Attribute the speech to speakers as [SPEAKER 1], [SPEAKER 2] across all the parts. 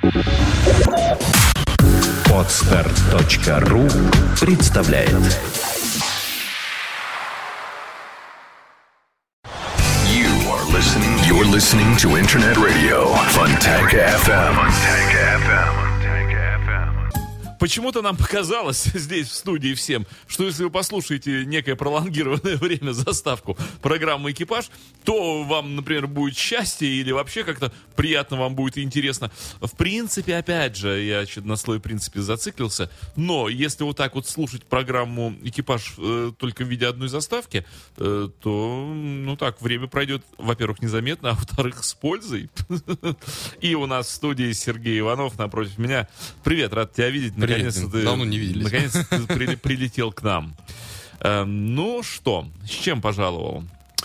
[SPEAKER 1] Podster.ru представляет.
[SPEAKER 2] You're listening to Internet Radio Fontanka FM.
[SPEAKER 3] Почему-то нам показалось здесь, в студии всем, что если вы послушаете некое пролонгированное время заставку программы «Экипаж», то вам, например, будет счастье или вообще как-то приятно вам будет и интересно. В принципе, опять же, я на слове «принципе» зациклился, но если вот так вот слушать программу «Экипаж» только в виде одной заставки, то, ну так, время пройдет, во-первых, незаметно, а во-вторых, с пользой. И у нас в студии Сергей Иванов напротив меня. Привет, рад тебя видеть. Наконец-то ты,
[SPEAKER 4] давно не виделись.
[SPEAKER 3] Наконец-то ты прилетел к нам. Ну что, с чем пожаловал?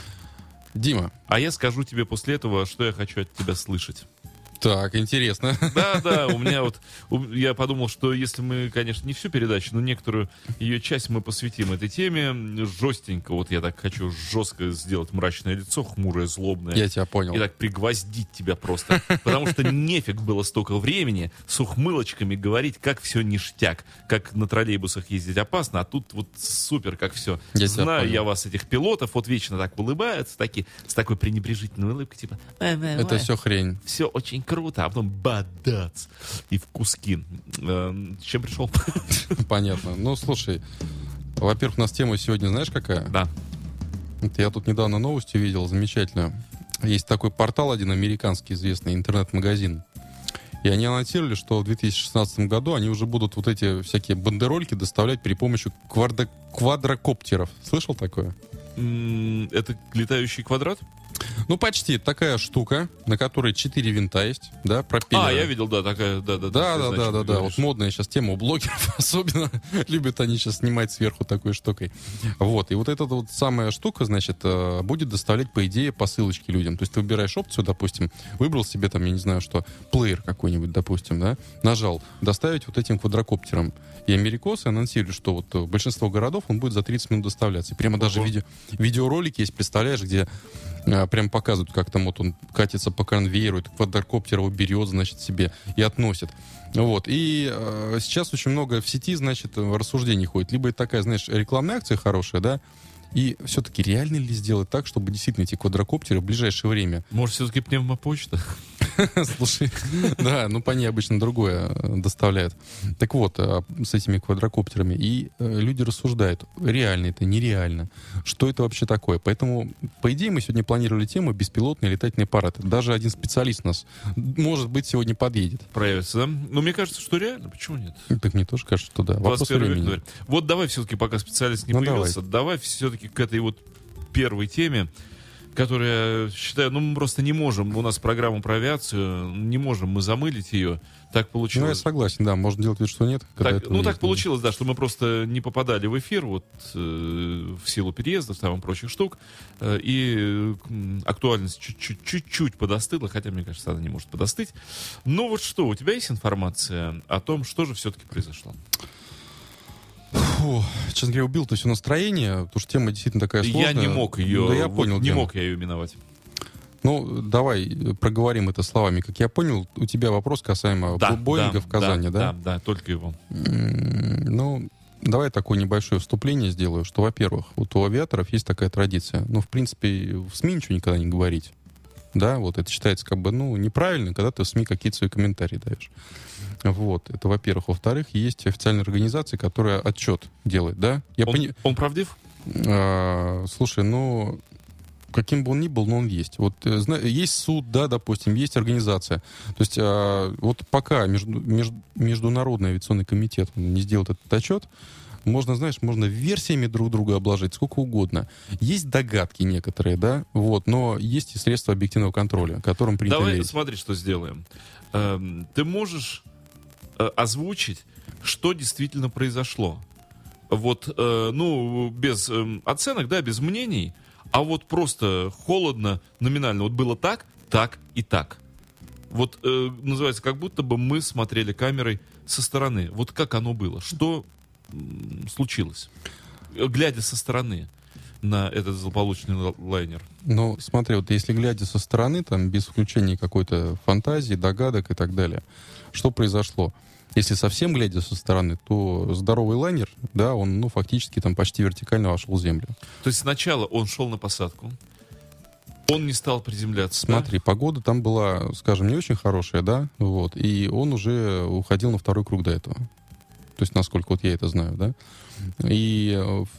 [SPEAKER 4] Дима.
[SPEAKER 3] А я скажу тебе после этого, что я хочу от тебя слышать.
[SPEAKER 4] Так, интересно.
[SPEAKER 3] Да, у меня вот, я подумал, что если мы, конечно, не всю передачу, но некоторую ее часть мы посвятим этой теме жестенько. Вот я так хочу жестко сделать мрачное лицо, хмурое, злобное.
[SPEAKER 4] Я тебя понял.
[SPEAKER 3] И так пригвоздить тебя просто. Потому что нефиг было столько времени с ухмылочками говорить, как все ништяк. Как на троллейбусах ездить опасно, а тут вот супер, как все. Знаю я вас, этих пилотов, вот вечно так улыбаются, с такой пренебрежительной улыбкой, типа...
[SPEAKER 4] Это все хрень.
[SPEAKER 3] Все очень круто, а потом бадац и в куски. С чем пришел?
[SPEAKER 4] Понятно. Ну, слушай, во-первых, у нас тема сегодня, знаешь, какая?
[SPEAKER 3] Да.
[SPEAKER 4] Я тут недавно новости видел, замечательно. Есть такой портал один, американский известный, интернет-магазин. И они анонсировали, что в 2016 году они уже будут вот эти всякие бандерольки доставлять при помощи квадрокоптеров. Слышал такое?
[SPEAKER 3] Это летающий квадрат?
[SPEAKER 4] Ну, почти. Такая штука, на которой 4 винта есть, да, пропеллеры.
[SPEAKER 3] А, я видел, да, такая, да.
[SPEAKER 4] Да. Вот модная сейчас тема у блогеров особенно. Любят они сейчас снимать сверху такой штукой. Вот. И вот эта вот самая штука, значит, будет доставлять, по идее, посылочки людям. То есть ты выбираешь опцию, допустим, выбрал себе там, я не знаю что, плеер какой-нибудь, допустим, да, нажал, доставить вот этим квадрокоптером. И америкосы анонсировали, что вот в большинство городов он будет за 30 минут доставляться. И прямо даже видеоролики есть, представляешь, где прям показывают, как там вот он катится по конвейеру, этот квадрокоптер его берет, значит, себе и относит. Вот. И сейчас очень много в сети, значит, рассуждений ходит. Либо это такая, знаешь, рекламная акция хорошая, да, и все-таки реально ли сделать так, чтобы действительно эти квадрокоптеры в ближайшее время...
[SPEAKER 3] Может, все-таки пневмопочта?
[SPEAKER 4] Слушай, да, ну по ней обычно другое доставляют. Так вот, с этими квадрокоптерами. И люди рассуждают, реально это, нереально. Что это вообще такое? Поэтому, по идее, мы сегодня планировали тему беспилотные летательные аппараты. Даже один специалист у нас, может быть, сегодня подъедет.
[SPEAKER 3] Проявится, да? Но мне кажется, что реально. Почему нет?
[SPEAKER 4] Так мне тоже кажется, что да. Вопрос времени.
[SPEAKER 3] Вот давай все-таки, пока специалист не появился, давай все-таки к этой вот первой теме, которая, считаю, ну мы просто не можем, у нас программа про авиацию, не можем мы замылить ее. Так получилось.
[SPEAKER 4] Ну, я согласен, да, можно делать вид, что нет.
[SPEAKER 3] Так получилось, да, что мы просто не попадали в эфир вот в силу переездов там и прочих штук, и актуальность чуть-чуть подостыла, хотя, мне кажется, она не может подостыть. Но вот что, у тебя есть информация о том, что же все-таки произошло?
[SPEAKER 4] Фу, честно говоря, убил-то все настроение, потому что тема действительно такая сложная.
[SPEAKER 3] Я не мог ее,
[SPEAKER 4] да, я понял,
[SPEAKER 3] не мог я ее миновать.
[SPEAKER 4] Ну, давай проговорим это словами. Как я понял, у тебя вопрос касаемо Боинга в Казани, да?
[SPEAKER 3] Да, только его.
[SPEAKER 4] Ну, давай такое небольшое вступление сделаю, что, во-первых, вот у авиаторов есть такая традиция. Ну, в принципе, в СМИ ничего никогда не говорить. Да, вот это считается как бы, ну, неправильно, когда ты в СМИ какие-то свои комментарии даешь. Вот, это во-первых. Во-вторых, есть официальная организация, которая отчет делает, да?
[SPEAKER 3] Он правдив?
[SPEAKER 4] Слушай, ну, каким бы он ни был, но он есть. Вот есть суд, да, допустим, есть организация. То есть вот пока Международный авиационный комитет не сделает этот отчет, можно, знаешь, можно версиями друг друга обложить сколько угодно. Есть догадки некоторые, да, вот, но есть и средства объективного контроля, которым принято
[SPEAKER 3] Давай
[SPEAKER 4] верить.
[SPEAKER 3] Смотри, что сделаем. Ты можешь озвучить, что действительно произошло. Вот, ну, без оценок, да, без мнений, а вот просто холодно, номинально. Вот было так, так и так. Вот, называется, как будто бы мы смотрели камерой со стороны. Вот как оно было, что случилось, глядя со стороны. на этот злополучный лайнер?
[SPEAKER 4] Ну, смотри, вот если глядя со стороны, там, без включения какой-то фантазии, догадок и так далее, что произошло? Если совсем глядя со стороны, то здоровый лайнер, да, он, ну, фактически там почти вертикально вошел в землю.
[SPEAKER 3] То есть сначала он шел на посадку, он не стал приземляться.
[SPEAKER 4] Смотри,
[SPEAKER 3] да?
[SPEAKER 4] погода там была, скажем, не очень хорошая, да, вот, и он уже уходил на второй круг до этого. То есть, насколько вот я это знаю, да. И,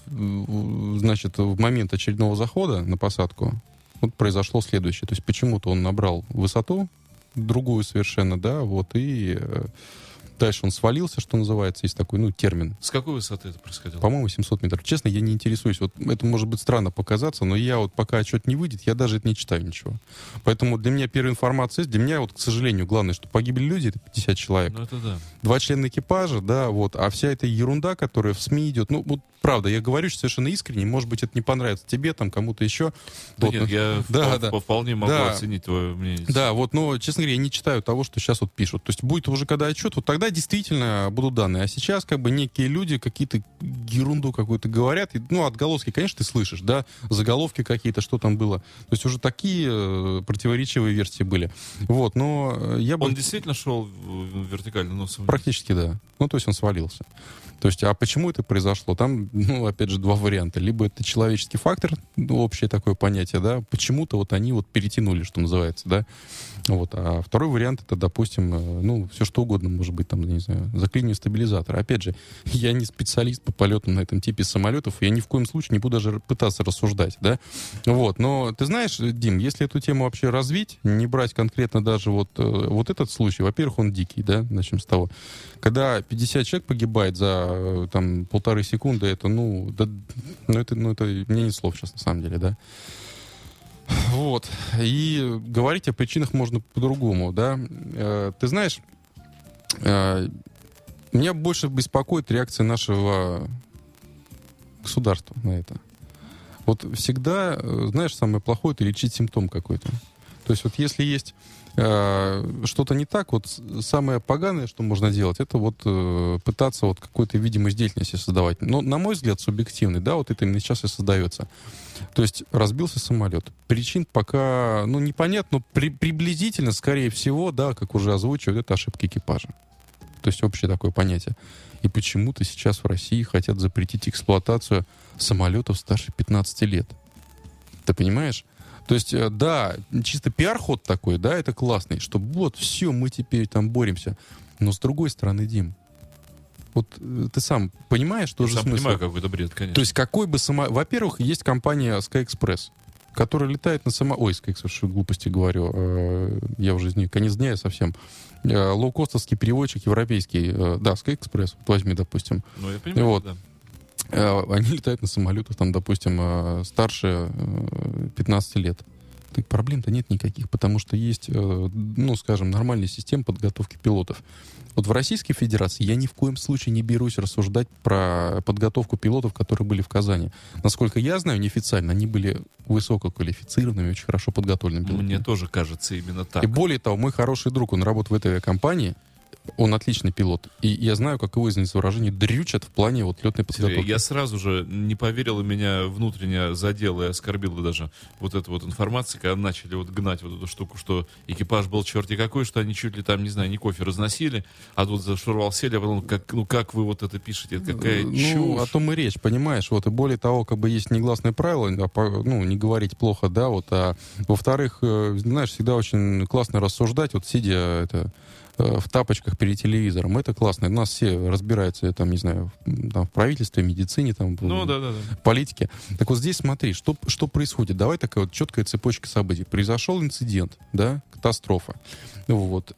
[SPEAKER 4] значит, в момент очередного захода на посадку вот произошло следующее. То есть почему-то он набрал высоту, другую совершенно, да, вот, и дальше он свалился, что называется, есть такой, ну, термин.
[SPEAKER 3] С какой высоты это происходило?
[SPEAKER 4] По-моему, 700 метров. Честно, я не интересуюсь. Вот это может быть странно показаться, но я вот пока отчет не выйдет, я даже это не читаю ничего. Поэтому для меня первая информация есть. Для меня вот, к сожалению, главное, что погибли люди, это 50 человек.
[SPEAKER 3] Ну, это да.
[SPEAKER 4] 2 члена экипажа, да, вот. А вся эта ерунда, которая в СМИ идет, ну, вот, правда, я говорю совершенно искренне, может быть, это не понравится тебе, там, кому-то еще.
[SPEAKER 3] Да
[SPEAKER 4] вот,
[SPEAKER 3] нет, я вполне могу оценить твое мнение.
[SPEAKER 4] Да, вот, но, честно говоря, я не читаю того, что сейчас вот пишут. То есть будет уже когда отчет, вот тогда действительно будут данные. А сейчас как бы некие люди какие-то ерунду какую-то говорят. И, ну, отголоски, конечно, ты слышишь, да, заголовки какие-то, что там было. То есть уже такие противоречивые версии были. Вот, но я бы...
[SPEAKER 3] Он действительно шел вертикально носом?
[SPEAKER 4] Практически, да. Ну, то есть он свалился. То есть, а почему это произошло? Там, ну, опять же, два варианта. Либо это человеческий фактор, ну, общее такое понятие, да, почему-то вот они вот перетянули, что называется, да. Вот. А второй вариант, это, допустим, ну, все что угодно может быть, там, не знаю, заклинивание стабилизатора. Опять же, я не специалист по полетам на этом типе самолетов, я ни в коем случае не буду даже пытаться рассуждать, да. Вот. Но ты знаешь, Дим, если эту тему вообще развить, не брать конкретно даже вот этот случай, во-первых, он дикий, да, начнем с того. Когда 50 человек погибает за там 1,5 секунды, это, это мне нет слов сейчас на самом деле, да. Вот. И говорить о причинах можно по-другому, да. Ты знаешь, меня больше беспокоит реакция нашего государства на это. Вот всегда, знаешь, самое плохое — это лечить симптом какой-то. То есть вот если есть что-то не так, вот самое поганое, что можно делать, это вот пытаться вот какую-то видимость деятельности создавать. Но, на мой взгляд, субъективный, да, вот это именно сейчас и создается. То есть разбился самолет. Причин пока, ну, непонятно, но приблизительно, скорее всего, да, как уже озвучивают, это ошибка экипажа. То есть общее такое понятие. И почему-то сейчас в России хотят запретить эксплуатацию самолетов старше 15 лет. Ты понимаешь? То есть, да, чисто пиар-ход такой, да, это классный, что вот, все, мы теперь там боремся. Но с другой стороны, Дим, вот ты сам понимаешь, что же смысл?
[SPEAKER 3] Я сам понимаю, какой-то бред, конечно.
[SPEAKER 4] То есть, какой бы Во-первых, есть компания Sky Express, которая летает на Ой, Sky Express, что глупости говорю, я уже не конец дня, я совсем. Лоукостовский переводчик европейский, да, Sky Express, возьми, допустим.
[SPEAKER 3] Ну, я понимаю,
[SPEAKER 4] вот.
[SPEAKER 3] Да.
[SPEAKER 4] Они летают на самолетах, там, допустим, старше 15 лет. Так проблем-то нет никаких, потому что есть, ну, скажем, нормальная система подготовки пилотов. Вот в Российской Федерации я ни в коем случае не берусь рассуждать про подготовку пилотов, которые были в Казани. Насколько я знаю, неофициально, они были высококвалифицированными, очень хорошо подготовленными пилотами.
[SPEAKER 3] Мне тоже кажется именно так.
[SPEAKER 4] И более того, мой хороший друг, он работает в этой авиакомпании, он отличный пилот. И я знаю, как его, извините за выражение, дрючат в плане вот летной подготовки.
[SPEAKER 3] Я сразу же не поверил, и меня внутренне задело и оскорбило даже вот эта вот информация, когда начали вот гнать вот эту штуку, что экипаж был черти какой, что они чуть ли там, не знаю, не кофе разносили, а тут за штурвал сели, а потом, как вы вот это пишете, это какая чушь.
[SPEAKER 4] Ну, о том и речь, понимаешь, вот, и более того, как бы есть негласное правило, ну, не говорить плохо, да, вот, а во-вторых, знаешь, всегда очень классно рассуждать, вот, сидя, в тапочках перед телевизором. Это классно. У нас все разбираются, там, не знаю, там, в правительстве, медицине, там, политике. Так вот здесь смотри, что происходит. Давай такая вот четкая цепочка событий. Произошел инцидент, да, катастрофа. Вот.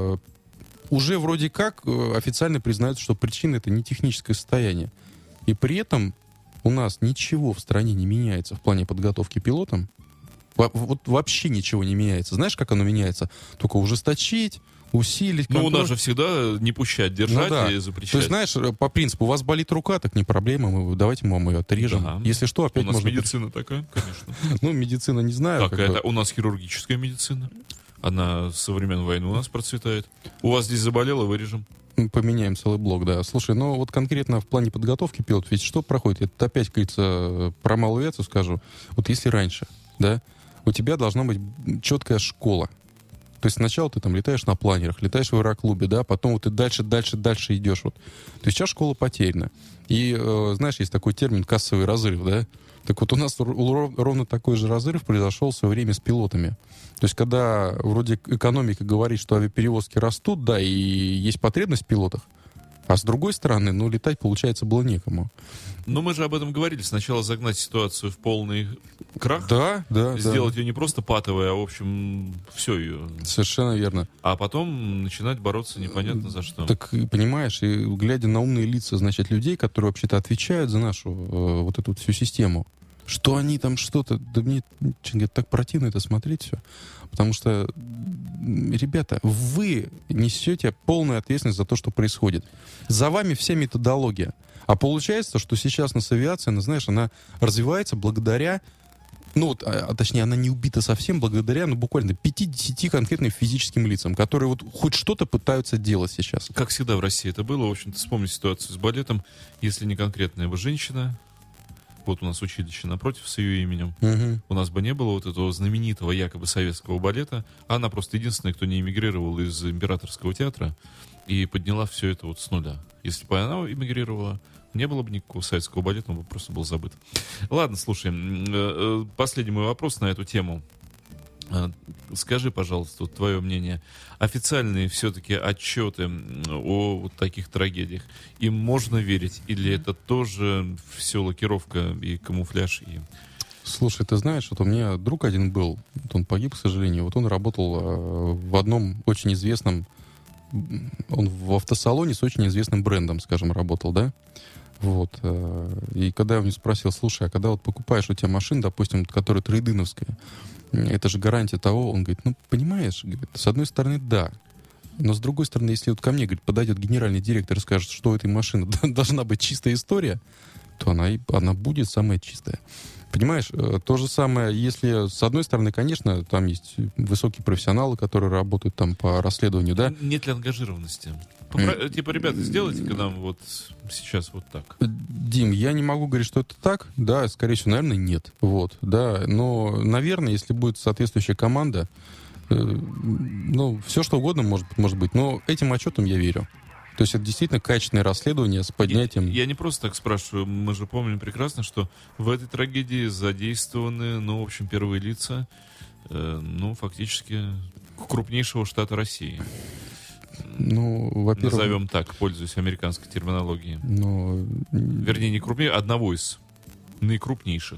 [SPEAKER 4] Уже вроде как официально признается, что причина — это не техническое состояние. И при этом у нас ничего в стране не меняется в плане подготовки пилотам. Вот вообще ничего не меняется. Знаешь, как оно меняется? Только ужесточить, усилить контроль.
[SPEAKER 3] Ну, у нас же всегда не пущать, держать, ну, да, и запрещать.
[SPEAKER 4] То есть, знаешь, по принципу, у вас болит рука, так не проблема, давайте мы вам ее отрежем. Да. Если что, опять можно...
[SPEAKER 3] У нас медицина такая, конечно.
[SPEAKER 4] Ну, медицина не знаю.
[SPEAKER 3] Так, это у нас хирургическая медицина. Она со времен войны у нас процветает. У вас здесь заболело, вырежем.
[SPEAKER 4] Поменяем целый блок, да. Слушай, ну вот конкретно в плане подготовки пилотов, ведь что проходит? Это опять, как говорится, про малую авиацию скажу. Вот если раньше, да, у тебя должна быть четкая школа. То есть сначала ты там летаешь на планерах, летаешь в аэроклубе, да, потом вот ты дальше идешь. Вот. То есть сейчас школа потеряна. И, знаешь, есть такой термин «кассовый разрыв», да? Так вот у нас ровно такой же разрыв произошел в свое время с пилотами. То есть когда вроде экономика говорит, что авиаперевозки растут, да, и есть потребность в пилотах, а с другой стороны, ну, летать, получается, было некому.
[SPEAKER 3] Но мы же об этом говорили. Сначала загнать ситуацию в полный крах.
[SPEAKER 4] Да.
[SPEAKER 3] Сделать ее не просто патовой, а, в общем, все ее.
[SPEAKER 4] Совершенно верно.
[SPEAKER 3] А потом начинать бороться непонятно за что.
[SPEAKER 4] Так, понимаешь, и глядя на умные лица, значит, людей, которые вообще-то отвечают за нашу вот эту вот всю систему, что они там что-то... Да мне, честно говоря, так противно это смотреть все. Потому что, ребята, вы несете полную ответственность за то, что происходит. За вами вся методология. А получается, что сейчас у нас авиация, она, знаешь, она развивается благодаря... Ну, вот, точнее, она не убита совсем благодаря, ну, буквально 5-10 конкретным физическим лицам, которые вот хоть что-то пытаются делать сейчас.
[SPEAKER 3] Как всегда в России это было. В общем-то, вспомни ситуацию с балетом. Если не конкретная его женщина... Вот у нас училище напротив с ее именем. У нас бы не было вот этого знаменитого якобы советского балета. Она просто единственная, кто не эмигрировал из Императорского театра и подняла все это вот с нуля. Если бы она эмигрировала, не было бы никакого советского балета, он бы просто был забыт. Ладно, слушай, последний мой вопрос на эту тему. Скажи, пожалуйста, вот твое мнение. Официальные все-таки отчеты о вот таких трагедиях, им можно верить? Или это тоже все лакировка и камуфляж?
[SPEAKER 4] Слушай, ты знаешь, вот у меня друг один был, вот он погиб, к сожалению, вот он работал в одном очень известном, он в автосалоне с очень известным брендом, скажем, работал, да? Вот. И когда я у него спросил, слушай, а когда вот покупаешь у тебя машину, допустим, которая трейдиновская, это же гарантия того, он говорит, ну, понимаешь, говорит, с одной стороны, да, но с другой стороны, если вот ко мне, говорит, подойдет генеральный директор и скажет, что у этой машины должна быть чистая история, то она будет самая чистая. Понимаешь, то же самое, если, с одной стороны, конечно, там есть высокие профессионалы, которые работают там по расследованию, да?
[SPEAKER 3] Нет ли ангажированности? Типа, ребята, сделайте-ка нам вот сейчас вот так.
[SPEAKER 4] Дим, я не могу говорить, что это так. Да, скорее всего, наверное, нет. Вот, да. Но, наверное, если будет соответствующая команда, ну, все что угодно может быть. Но этим отчетам я верю. То есть это действительно качественное расследование с поднятием...
[SPEAKER 3] Я не просто так спрашиваю. Мы же помним прекрасно, что в этой трагедии задействованы, ну, в общем, первые лица, ну, фактически крупнейшего штата России.
[SPEAKER 4] Ну, во-первых...
[SPEAKER 3] Назовем так, пользуясь американской терминологией.
[SPEAKER 4] Ну...
[SPEAKER 3] Вернее, не крупнейшего, одного из наикрупнейших.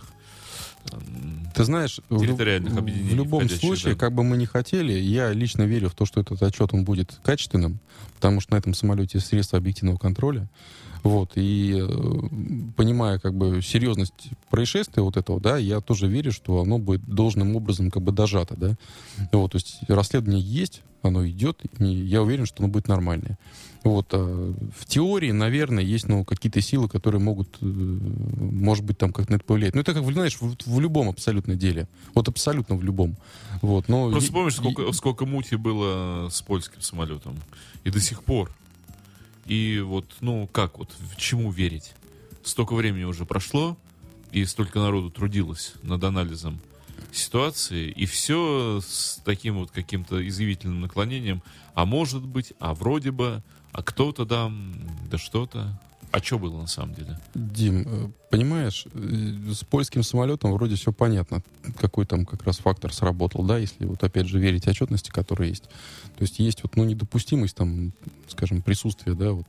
[SPEAKER 4] Ты знаешь,
[SPEAKER 3] территориальных объединений,
[SPEAKER 4] в любом случае,
[SPEAKER 3] да.
[SPEAKER 4] как бы мы ни хотели, я лично верю в то, что этот отчет он будет качественным, потому что на этом самолете есть средства объективного контроля. Вот, и понимая как бы серьезность происшествия вот этого, да, я тоже верю, что оно будет должным образом как бы дожато, да. Вот, то есть расследование есть, оно идет, и я уверен, что оно будет нормальное. Вот, в теории, наверное, есть, ну, какие-то силы, которые могут, может быть, там как-то на это повлиять. Ну, это, как, знаешь, в любом абсолютно деле. Вот абсолютно в любом. Вот, но
[SPEAKER 3] просто помнишь, сколько мути было с польским самолетом? И до сих пор. И вот, ну, как вот, чему верить? Столько времени уже прошло, и столько народу трудилось над анализом ситуации, и все с таким вот каким-то извивительным наклонением. А может быть, а вроде бы, а кто-то там, да что-то. А что было на самом деле?
[SPEAKER 4] Дим, понимаешь, с польским самолетом вроде все понятно, какой там как раз фактор сработал, да, если вот опять же верить отчетности, которая есть. То есть есть вот, ну, недопустимость там, скажем, присутствия, да, вот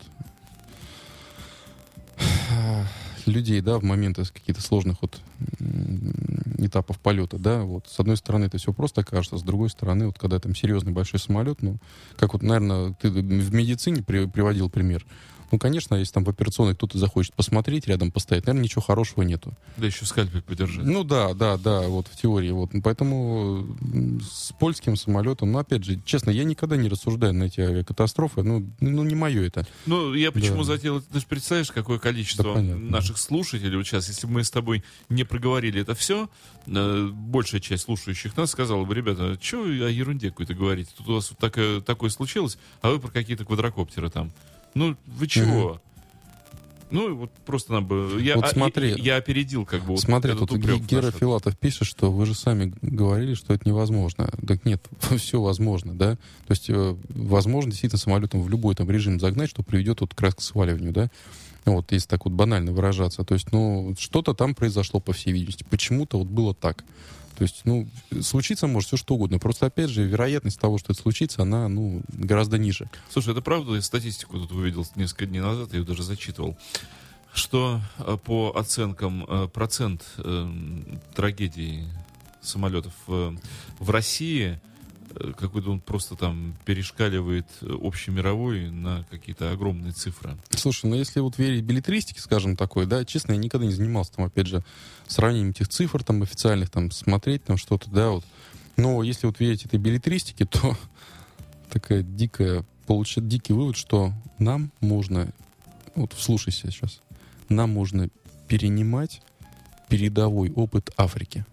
[SPEAKER 4] людей, да, в моменты каких-то сложных вот этапов полета, да, вот, с одной стороны это все просто кажется, с другой стороны, вот, когда там серьезный большой самолет, ну, как вот, наверное, ты в медицине приводил пример, ну, конечно, если там в операционной кто-то захочет посмотреть, рядом постоять, наверное, ничего хорошего нету.
[SPEAKER 3] Да еще скальпель подержать.
[SPEAKER 4] Ну, да, вот в теории, вот, поэтому с польским самолетом, ну, опять же, честно, я никогда не рассуждаю на эти авиакатастрофы, ну не мое это.
[SPEAKER 3] Ну, я почему
[SPEAKER 4] Да.
[SPEAKER 3] затеял, ты же представляешь, какое количество
[SPEAKER 4] Да, понятно.
[SPEAKER 3] наших слушателей вот сейчас, если бы мы с тобой не проговорили это все, большая часть слушающих нас сказала бы, ребята, что о ерунде какой-то говорите, тут у вас вот такое случилось, а вы про какие-то квадрокоптеры там. Ну, вы чего? Ну, вот просто надо бы...
[SPEAKER 4] Вот смотри,
[SPEAKER 3] я опередил как бы... Вот
[SPEAKER 4] смотри,
[SPEAKER 3] этот
[SPEAKER 4] тут
[SPEAKER 3] упрек
[SPEAKER 4] Гера
[SPEAKER 3] ваш.
[SPEAKER 4] Филатов пишет, что вы же сами говорили, что это невозможно. Так нет, все возможно, да? То есть возможно действительно самолетом в любой там режим загнать, что приведет вот как раз к сваливанию, да? Вот, если так вот банально выражаться. То есть, ну, что-то там произошло, по всей видимости. Почему-то вот было так. То есть, ну, случиться может все что угодно. Просто, опять же, вероятность того, что это случится, она, ну, гораздо ниже.
[SPEAKER 3] Слушай, это правда, я статистику тут увидел несколько дней назад, я ее даже зачитывал, что по оценкам процент трагедий самолетов в России какой-то он просто там перешкаливает общемировой на какие-то огромные цифры.
[SPEAKER 4] Слушай, ну если вот верить беллетристике, скажем, такой, да, честно, я никогда не занимался там, опять же, сравнением этих цифр там официальных, там, смотреть там что-то, да, вот. Но если вот верить этой беллетристике, то такая получит дикий вывод, что нам можно, вот вслушайся сейчас, нам можно перенимать передовой опыт Африки.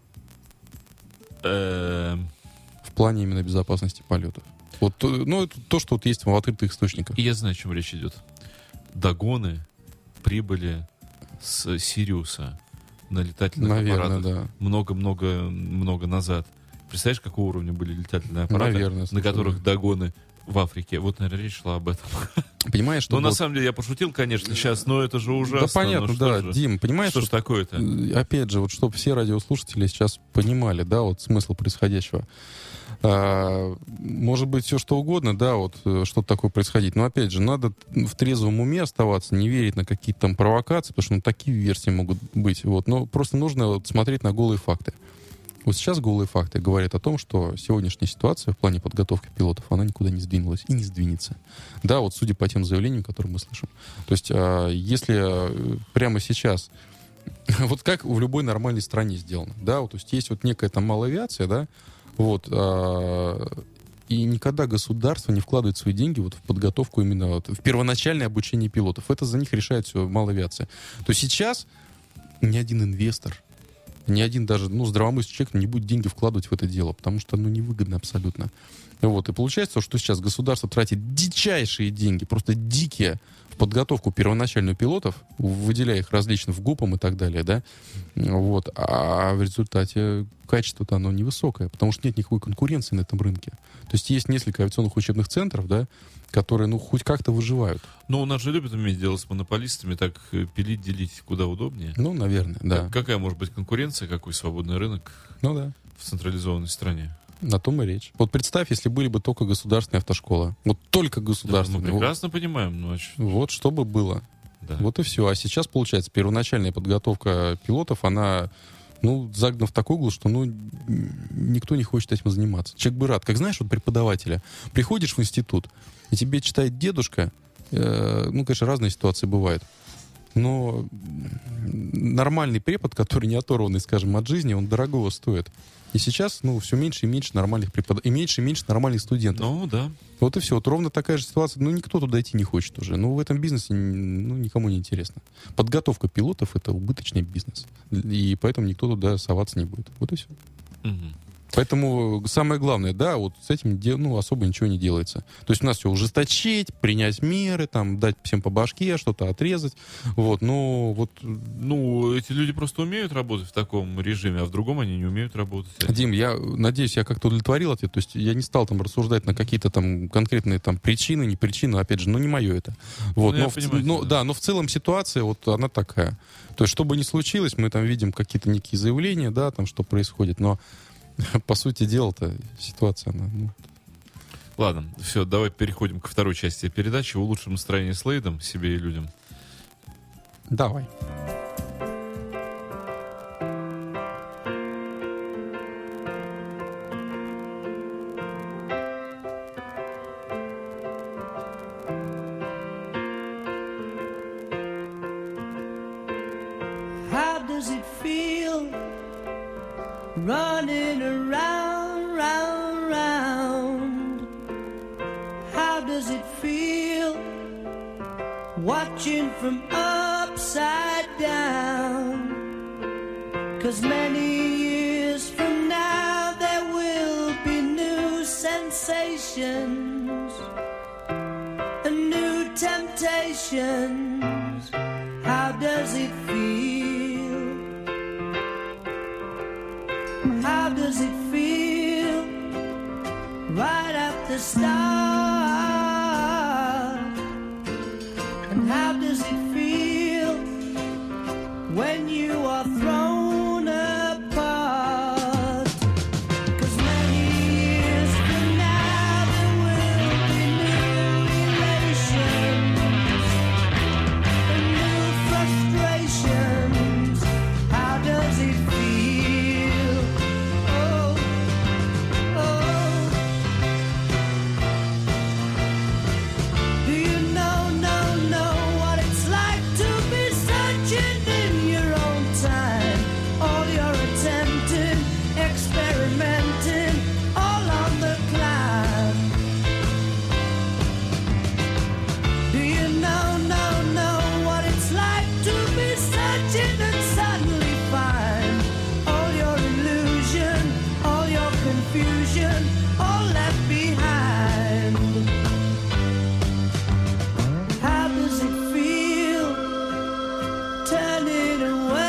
[SPEAKER 4] В плане именно безопасности полетов. Вот, ну, это то, что вот есть в открытых источниках.
[SPEAKER 3] И я знаю, о чем речь идет. Догоны прибыли с Сириуса на летательных аппаратах
[SPEAKER 4] да.
[SPEAKER 3] много назад. Представляешь, какого уровня были летательные аппараты,
[SPEAKER 4] Наверное,
[SPEAKER 3] на которых догоны в Африке? Вот, наверное, речь шла об этом.
[SPEAKER 4] Понимаешь, что
[SPEAKER 3] на самом деле, я пошутил, конечно, сейчас, но это же ужасно.
[SPEAKER 4] Да, понятно, да, Дим, понимаешь,
[SPEAKER 3] что ж такое-то?
[SPEAKER 4] Опять же, вот чтобы все радиослушатели сейчас понимали, да, вот смысл происходящего. Может быть, все что угодно, да, вот что-то такое происходить. Но, опять же, надо в трезвом уме оставаться, не верить на какие-то там провокации, потому что, ну, такие версии могут быть. Вот. Но просто нужно вот смотреть на голые факты. Вот сейчас голые факты говорят о том, что сегодняшняя ситуация в плане подготовки пилотов, она никуда не сдвинулась и не сдвинется. Да, вот судя по тем заявлениям, которые мы слышим. То есть, если прямо сейчас, вот как в любой нормальной стране сделано, да, вот, то есть есть вот некая там малая авиация, да, вот, и никогда государство не вкладывает свои деньги вот в подготовку именно вот, в первоначальное обучение пилотов. Это за них решает все малая авиация. То есть сейчас ни один инвестор, ни один даже, ну, здравомыслящий человек не будет деньги вкладывать в это дело, потому что оно невыгодно абсолютно. Вот, и получается, что сейчас государство тратит дичайшие деньги, просто дикие, в подготовку первоначальных пилотов, выделяя их различно в ГУПам и так далее, да, вот, а в результате качество-то оно невысокое, потому что нет никакой конкуренции на этом рынке. То есть есть несколько авиационных учебных центров, да, которые, ну, хоть как-то выживают.
[SPEAKER 3] Ну, у нас же любят иметь дело с монополистами, так пилить, делить куда удобнее.
[SPEAKER 4] Ну, наверное, да.
[SPEAKER 3] Какая может быть конкуренция, какой свободный рынок в централизованной стране?
[SPEAKER 4] На том и речь. Вот представь, если были бы только государственные автошколы. Вот только государственные.
[SPEAKER 3] Да, мы прекрасно понимаем. Ну,
[SPEAKER 4] вот что бы было.
[SPEAKER 3] Да.
[SPEAKER 4] Вот и все. А сейчас, получается, первоначальная подготовка пилотов, она, ну, загнана в такой угол, что, ну, никто не хочет этим заниматься. Человек бы рад. Как знаешь, вот преподавателя. Приходишь в институт, и тебе читает дедушка. Ну, конечно, разные ситуации бывают. Но нормальный препод, который не оторванный, скажем, от жизни, он дорогого стоит. И сейчас, ну, все меньше и меньше нормальных преподавателей, и меньше нормальных студентов.
[SPEAKER 3] Ну, да.
[SPEAKER 4] Вот и все. Вот ровно такая же ситуация. Ну, никто туда идти не хочет уже. Ну, в этом бизнесе, ну, никому не интересно. Подготовка пилотов — это убыточный бизнес. И поэтому никто туда соваться не будет. Вот и все.
[SPEAKER 3] Угу.
[SPEAKER 4] Поэтому самое главное, да, вот с этим, ну, особо ничего не делается. То есть у нас все ужесточить, принять меры, там, дать всем по башке, что-то отрезать. Вот, но вот...
[SPEAKER 3] Ну, эти люди просто умеют работать в таком режиме, а в другом они не умеют работать.
[SPEAKER 4] Дим, я надеюсь, я как-то удовлетворил ответ. То есть я не стал там рассуждать на какие-то там конкретные там причины, не причины, опять же, ну, не мое это. Вот, но в целом ситуация вот она такая. То есть, что бы ни случилось, мы там видим какие-то некие заявления, да, там, что происходит, но по сути дела-то ситуация, она... Ну...
[SPEAKER 3] Ладно, все, давай переходим ко второй части передачи. Улучшим настроение Слейдом себе и людям.
[SPEAKER 4] Давай.
[SPEAKER 5] Running around, round, round. How does it feel watching from upside down? 'Cause many years from now there will be new sensations, a new temptation. relations. How does it feel? How does it feel right at the start? And how does it feel when you are thrown apart? 'Cause many years from now there will be new relations and new frustrations. How does it feel? Oh, oh. Do you know what it's like to be searching in your own time? All your attempting, experimenting, all on the climb. Do you know what it's like to be searching and suddenly find all your illusion, all your confusion, all left behind? How does it feel turning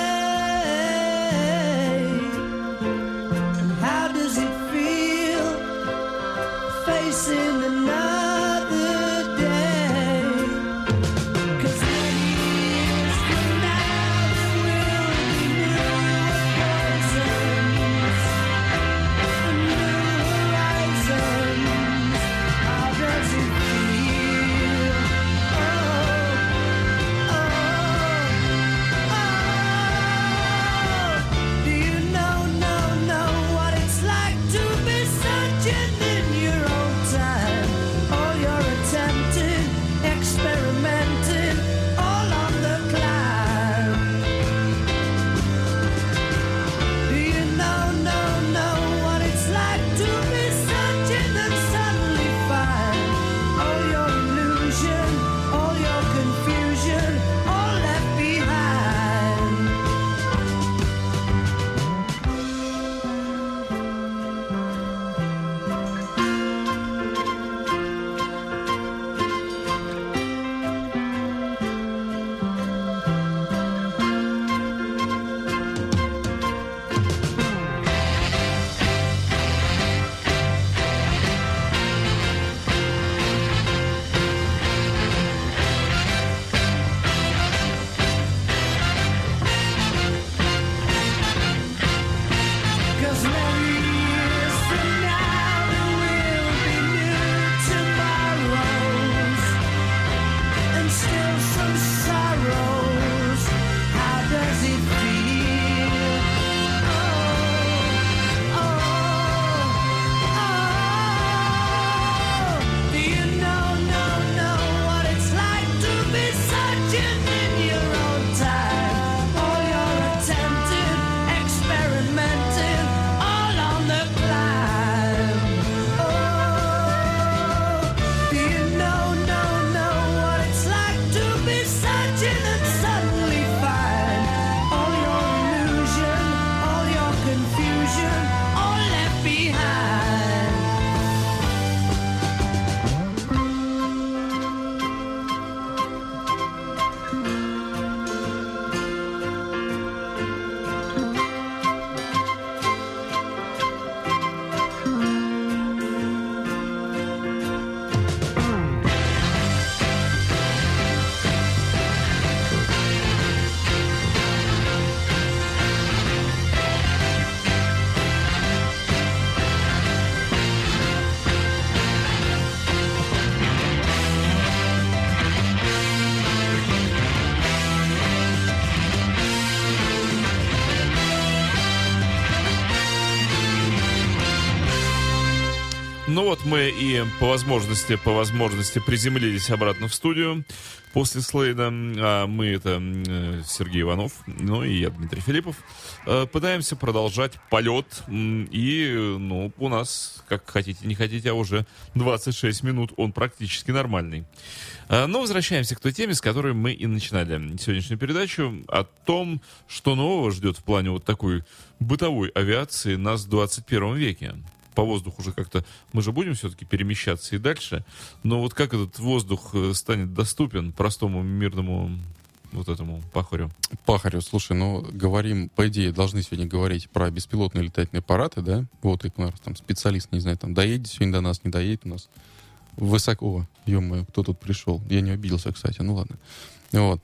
[SPEAKER 5] away? How does it feel facing another day? 'Cause many years from now there will be new horizons and new horizons. How does it feel? Oh, oh, oh. Do you know what it's like to be searching in your own time? All your attempting, experimenting, all on the climb. Do you know what it's like to be searching and suddenly find all your illusion, all your confusion, all left behind? Cause many years from now there will be new tomorrows and still some sorrows. How does it feel? Oh, oh, oh. Do you know what it's like to be searching in your own time? All your attempting, experimenting, all on the climb. Oh, do you know what it's like to be searching and suddenly find all your illusion, all your confusion, all left behind?
[SPEAKER 3] Ну вот мы и по возможности приземлились обратно в студию после Слейда. А мы это Сергей Иванов, ну и я, Дмитрий Филиппов. Пытаемся продолжать полет. И, ну, у нас, как хотите, не хотите, а уже 26 минут. Он практически нормальный. Но возвращаемся к той теме, с которой мы и начинали сегодняшнюю передачу. О том, что нового ждет в плане вот такой бытовой авиации нас в 21 веке. по воздуху уже как-то... Мы же будем все-таки перемещаться и дальше. Но вот как этот воздух станет доступен простому мирному вот этому пахарю?
[SPEAKER 4] Пахарю, слушай, говорим, по идее, должны сегодня говорить про беспилотные летательные аппараты, да? Вот, и у нас там специалист, не знаю, там доедет сегодня до нас, не доедет у нас. Высоко, ё-моё, кто тут пришел? Я не обиделся, кстати, ну ладно. Вот.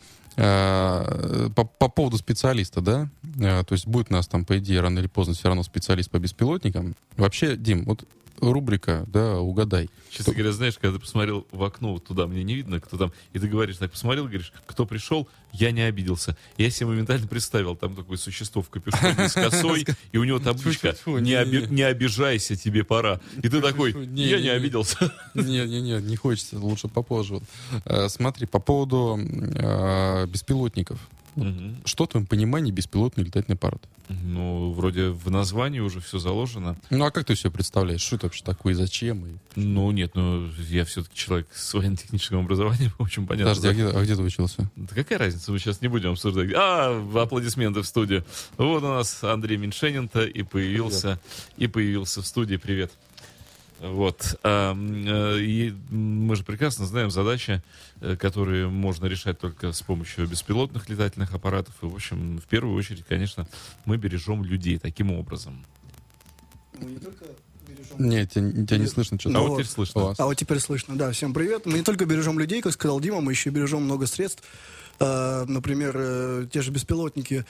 [SPEAKER 4] По поводу специалиста, да? То есть будет у нас там, по идее, рано или поздно все равно специалист по беспилотникам. Вообще, Дим, вот рубрика, да, угадай.
[SPEAKER 3] Честно говоря, знаешь, когда ты посмотрел в окно, вот туда мне не видно, кто там, и ты говоришь, так посмотрел, говоришь, кто пришел, я не обиделся. Я себе моментально представил, там такое существо в капюшоне с косой, и у него табличка «Не обижайся, тебе пора». И ты такой, я не обиделся.
[SPEAKER 4] Не хочется, лучше попозже. Смотри, по поводу беспилотников. Что в твоем понимании беспилотный летательный аппарат?
[SPEAKER 3] Ну, вроде в названии уже все заложено.
[SPEAKER 4] Ну, а как ты себе представляешь? Что это вообще такое и зачем?
[SPEAKER 3] Ну, нет, я все-таки человек с военно-техническим образованием, очень понятно.
[SPEAKER 4] Подожди, а где ты учился?
[SPEAKER 3] Да какая разница, мы сейчас не будем обсуждать. Аплодисменты в студию. Вот у нас Андрей Меньшенин-то и появился в студии. Привет. Вот. И мы же прекрасно знаем задачи, которые можно решать только с помощью беспилотных летательных аппаратов. И, в общем, в первую очередь, конечно, мы бережем людей таким образом.
[SPEAKER 6] Мы не только бережем...
[SPEAKER 4] Нет, тебя не слышно. Что-то.
[SPEAKER 3] А вот теперь слышно.
[SPEAKER 6] А вот теперь слышно, да. Всем привет. Мы не только бережем людей, как сказал Дима, мы еще бережем много средств. Например, те же беспилотники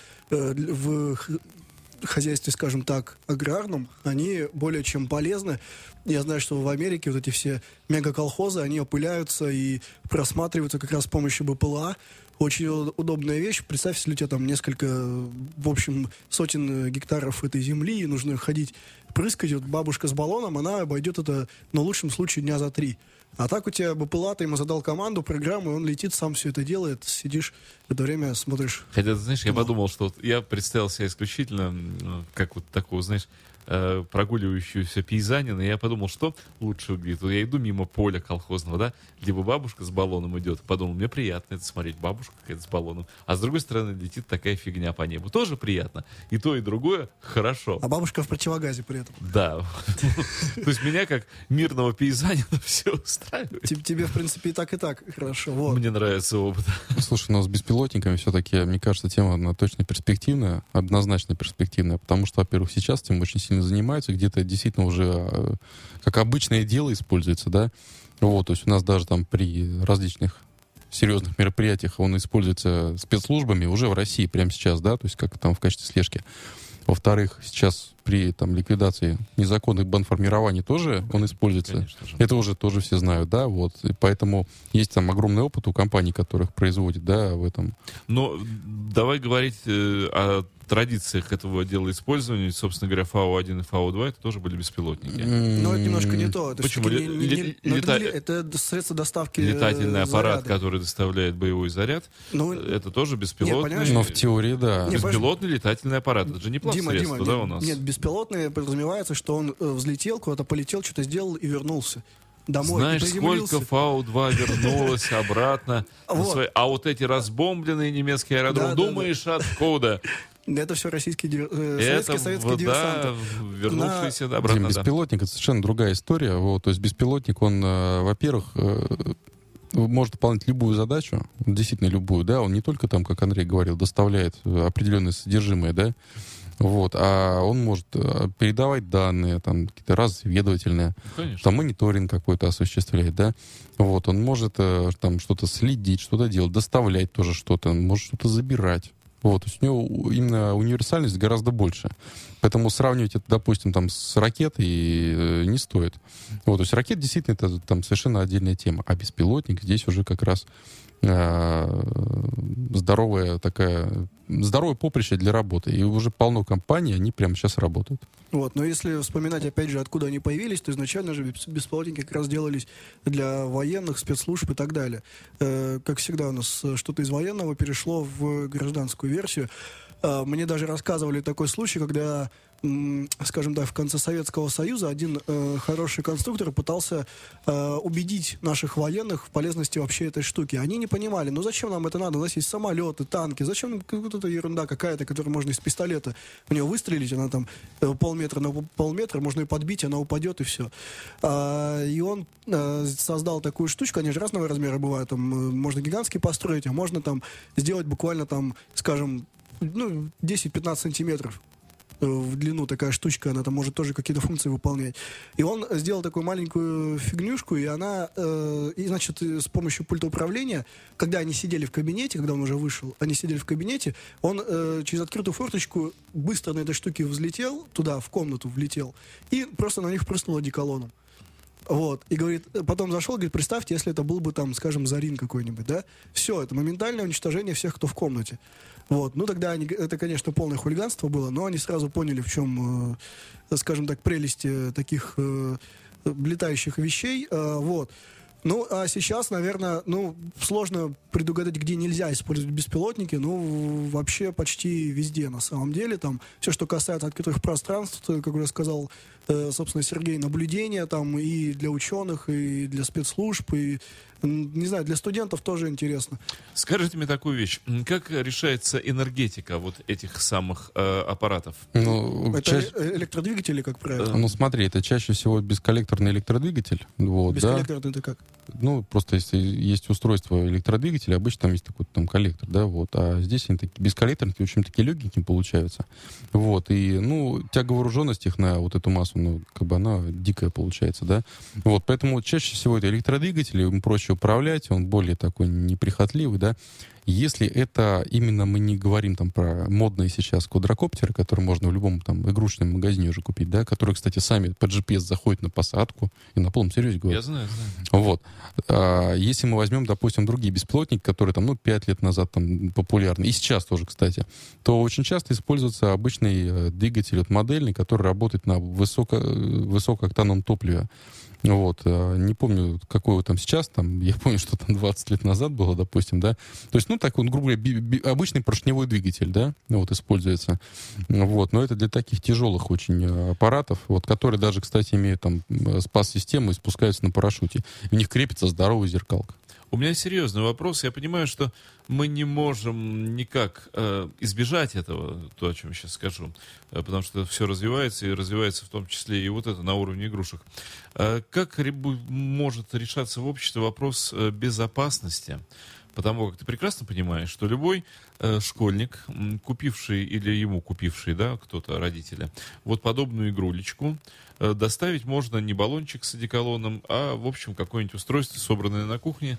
[SPEAKER 6] в хозяйстве, скажем так, аграрном, они более чем полезны. Я знаю, что в Америке вот эти все мегаколхозы, они опыляются и просматриваются как раз с помощью БПЛА. Очень удобная вещь. Представь, если у тебя там несколько, в общем, сотен гектаров этой земли, и нужно ходить прыскать. Вот бабушка с баллоном, она обойдет это, в лучшем случае, дня за 3. А так у тебя БПЛА, ты ему задал команду, программу, и он летит, сам все это делает, сидишь, в это время смотришь.
[SPEAKER 3] Хотя, знаешь, я подумал, что вот я представил себя исключительно как вот такого, знаешь, прогуливающегося пейзанина, и я подумал, что лучше убить. Вот я иду мимо поля колхозного, да, либо бабушка с баллоном идет, подумал, мне приятно это смотреть, бабушка какая-то с баллоном, а с другой стороны летит такая фигня по небу. Тоже приятно. И то, и другое хорошо.
[SPEAKER 6] А бабушка в противогазе при этом.
[SPEAKER 3] Да. То есть меня как мирного пейзанина все устраивает.
[SPEAKER 6] Тебе, в принципе, и так хорошо. Вот.
[SPEAKER 3] Мне нравится опыт.
[SPEAKER 4] Слушай, но с беспилотниками все-таки, мне кажется, тема она точно перспективная, однозначно перспективная, потому что, во-первых, сейчас этим очень сильно занимаются, где-то действительно уже как обычное дело используется, да. Вот, то есть у нас даже там при различных серьезных мероприятиях он используется спецслужбами уже в России прямо сейчас, да, то есть как там в качестве слежки. Во-вторых, сейчас при там ликвидации незаконных бандформирований тоже он используется.
[SPEAKER 3] Конечно же.
[SPEAKER 4] Это уже тоже все знают, да, вот. И поэтому есть там огромный опыт у компаний, которых производят, да, в этом.
[SPEAKER 3] Но давай говорить о традициях этого дела использования. Собственно говоря, ФАУ-1 и ФАУ-2 это тоже были беспилотники.
[SPEAKER 6] Но это немножко не то. Это
[SPEAKER 3] Почему?
[SPEAKER 6] это средство доставки
[SPEAKER 3] Летательный аппарат,
[SPEAKER 6] заряда.
[SPEAKER 3] который доставляет боевой заряд,
[SPEAKER 6] Ну,
[SPEAKER 3] это тоже беспилотный.
[SPEAKER 6] понимаешь,
[SPEAKER 4] Но в теории, да.
[SPEAKER 6] Не,
[SPEAKER 3] Беспилотный летательный аппарат. Это же не плавсредство, да, у нас?
[SPEAKER 6] Нет, беспилотный подразумевается, что он взлетел, куда-то полетел, что-то сделал и вернулся домой.
[SPEAKER 3] Знаешь,
[SPEAKER 6] и приземлился.
[SPEAKER 3] сколько Фау-2 вернулось обратно.
[SPEAKER 6] Вот.
[SPEAKER 3] А вот эти разбомбленные немецкие аэродромы,
[SPEAKER 6] Да,
[SPEAKER 3] думаешь, откуда?
[SPEAKER 6] Это все российские
[SPEAKER 3] Это,
[SPEAKER 6] советские диверсанты.
[SPEAKER 3] вернувшиеся
[SPEAKER 4] Дим,
[SPEAKER 3] обратно, да.
[SPEAKER 4] беспилотник — это совершенно другая история. Вот, то есть беспилотник, он, во-первых, может выполнять любую задачу, действительно любую, да, он не только там, как Андрей говорил, доставляет определенное содержимое, да, вот, а он может передавать данные, там, какие-то разведывательные,
[SPEAKER 3] Конечно.
[SPEAKER 4] там, мониторинг какой-то осуществлять, да, вот, он может там что-то следить, что-то делать, доставлять тоже что-то, он может что-то забирать. Вот, то есть у него именно универсальность гораздо больше. Поэтому сравнивать это, допустим, там, с ракетой не стоит. Вот, то есть ракета действительно это там совершенно отдельная тема. А беспилотник здесь уже как раз здоровое поприще для работы. И уже полно компаний, они прямо сейчас работают.
[SPEAKER 6] Вот, но если вспоминать, опять же, откуда они появились, то изначально же беспилотники как раз делались для военных, спецслужб и так далее. Как всегда, у нас что-то из военного перешло в гражданскую версию. Мне даже рассказывали такой случай, когда скажем так, в конце Советского Союза один хороший конструктор пытался убедить наших военных в полезности вообще этой штуки. Они не понимали, ну зачем нам это надо? У нас есть самолеты, танки, зачем нам вот эта ерунда какая-то, которую можно из пистолета в нее выстрелить, она там полметра на полметра, можно ее подбить, она упадет и все. И он создал такую штучку, они же разного размера бывают, там можно гигантский построить, а можно там сделать буквально там, скажем, 10-15 сантиметров в длину такая штучка, она там может тоже какие-то функции выполнять. И он сделал такую маленькую фигнюшку, и она, значит, с помощью пульта управления, когда они сидели в кабинете, когда он уже вышел, они сидели в кабинете, он через открытую форточку быстро на этой штуке взлетел, туда, в комнату влетел, и просто на них прыснул одеколоном. Вот, и говорит, потом зашел, говорит, представьте, если это был бы там, скажем, Зарин какой-нибудь, да, все, это моментальное уничтожение всех, кто в комнате. Вот, ну тогда это, конечно, полное хулиганство было, но они сразу поняли, в чем, скажем так, прелесть таких летающих вещей, вот. Ну, а сейчас, наверное, сложно предугадать, где нельзя использовать беспилотники, вообще почти везде, на самом деле, там, все, что касается открытых пространств, как уже сказал, собственно, Сергей, наблюдения там и для ученых, и для спецслужб, и, не знаю, для студентов тоже интересно.
[SPEAKER 3] Скажите мне такую вещь. Как решается энергетика вот этих самых аппаратов?
[SPEAKER 6] Это электродвигатели, как правило.
[SPEAKER 4] Ну, смотри, это чаще всего бесколлекторный электродвигатель. Вот,
[SPEAKER 6] Бесколлекторный это как?
[SPEAKER 4] Ну, просто если есть устройство электродвигателя, обычно там есть такой там коллектор, да, вот. А здесь они такие бесколлекторные, в общем, такие легенькие получаются. Вот. И, тяговооруженность их на вот эту массу, она дикая получается, да. Вот. Поэтому чаще всего это электродвигатели, им проще управлять, он более такой неприхотливый, да. Если это именно мы не говорим там про модные сейчас квадрокоптеры, которые можно в любом там игрушечном магазине уже купить, да, которые, кстати, сами по GPS заходят на посадку и на полном серьезе говорят.
[SPEAKER 3] Я знаю.
[SPEAKER 4] Вот. Если мы возьмем, допустим, другие беспилотники, которые там, 5 лет назад там популярны, и сейчас тоже, кстати, то очень часто используется обычный двигатель модельный, который работает на высокооктановом топливе. Вот. Не помню, какой там сейчас, я помню, что там 20 лет назад было, допустим, да. То есть, так он, грубо говоря, обычный поршневой двигатель, да, используется. Вот. Но это для таких тяжелых очень аппаратов, которые даже, кстати, имеют там спас-систему и спускаются на парашюте. В них крепится здоровая зеркалка.
[SPEAKER 3] У меня серьезный вопрос. Я понимаю, что мы не можем никак избежать этого, то, о чем я сейчас скажу, потому что все развивается, и развивается в том числе и вот это на уровне игрушек. Как может решаться в обществе вопрос безопасности? Потому как ты прекрасно понимаешь, что любой школьник, купивший или ему купивший, да, кто-то, родители, вот подобную игрулечку, доставить можно не баллончик с одеколоном, а, в общем, какое-нибудь устройство, собранное на кухне,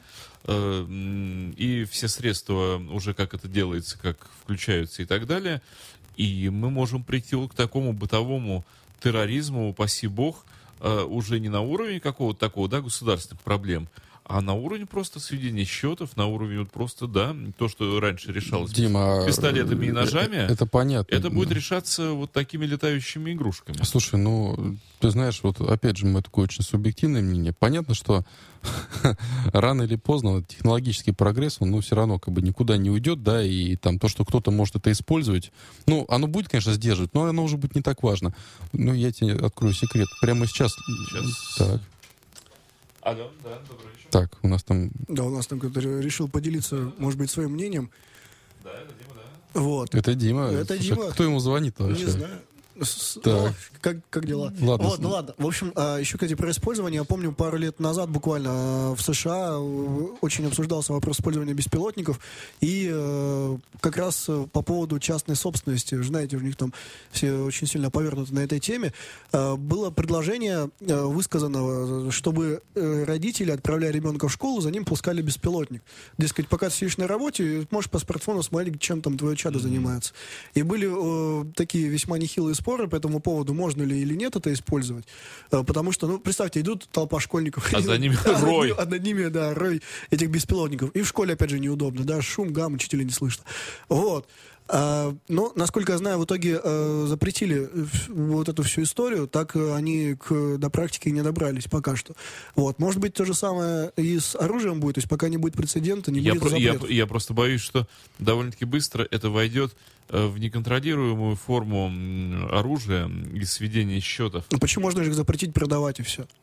[SPEAKER 3] и все средства уже как это делается, как включаются и так далее. И мы можем прийти вот к такому бытовому терроризму, упаси бог, уже не на уровне какого-то такого, да, государственных проблем, а на уровне просто сведения счетов, на уровне вот просто, да, то, что раньше решалось
[SPEAKER 4] Дима,
[SPEAKER 3] пистолетами и ножами,
[SPEAKER 4] это понятно.
[SPEAKER 3] Это будет решаться вот такими летающими игрушками.
[SPEAKER 4] Слушай, ты знаешь, вот опять же, мое такое очень субъективное мнение. Понятно, что рано или поздно технологический прогресс, он, все равно никуда не уйдет, да, и там то, что кто-то может это использовать, оно будет, конечно, сдерживать, но оно уже будет не так важно. Я тебе открою секрет. Прямо сейчас. Так.
[SPEAKER 3] Алло, да, добрый вечер.
[SPEAKER 4] Так, у нас там...
[SPEAKER 6] Да, у нас там кто-то решил поделиться, может быть, своим мнением.
[SPEAKER 3] Да, это Дима, да.
[SPEAKER 6] Вот.
[SPEAKER 4] Это Дима.
[SPEAKER 6] Это
[SPEAKER 4] Слушай,
[SPEAKER 6] Дима.
[SPEAKER 4] Кто ему звонит-то вообще?
[SPEAKER 6] Не знаю.
[SPEAKER 4] Так.
[SPEAKER 6] Как дела?
[SPEAKER 4] Ладно.
[SPEAKER 6] Вот, ладно. В общем, еще, кстати, про использование. Я помню, пару лет назад буквально в США очень обсуждался вопрос использования беспилотников. И как раз по поводу частной собственности, вы знаете, у них там все очень сильно повернуты на этой теме, было предложение высказано, чтобы родители, отправляя ребенка в школу, за ним пускали беспилотник. Дескать, пока ты сидишь на работе, можешь по смартфону смотреть, чем там твое чадо занимается. И были такие весьма нехилые споры по этому поводу, можно ли или нет это использовать. Потому что, представьте, идут толпа школьников.
[SPEAKER 3] А за ними рой.
[SPEAKER 6] А над ними, да, рой этих беспилотников. И в школе, опять же, неудобно. Да, шум, гам, учителя не слышно. Вот. Но, насколько я знаю, в итоге запретили вот эту всю историю, так они до практики не добрались пока что. Вот. Может быть, то же самое и с оружием будет, то есть пока не будет прецедента, не будет запретов.
[SPEAKER 3] Я просто боюсь, что довольно-таки быстро это войдет в неконтролируемую форму оружия и сведения счетов.
[SPEAKER 6] Ну, почему можно их запретить продавать и все?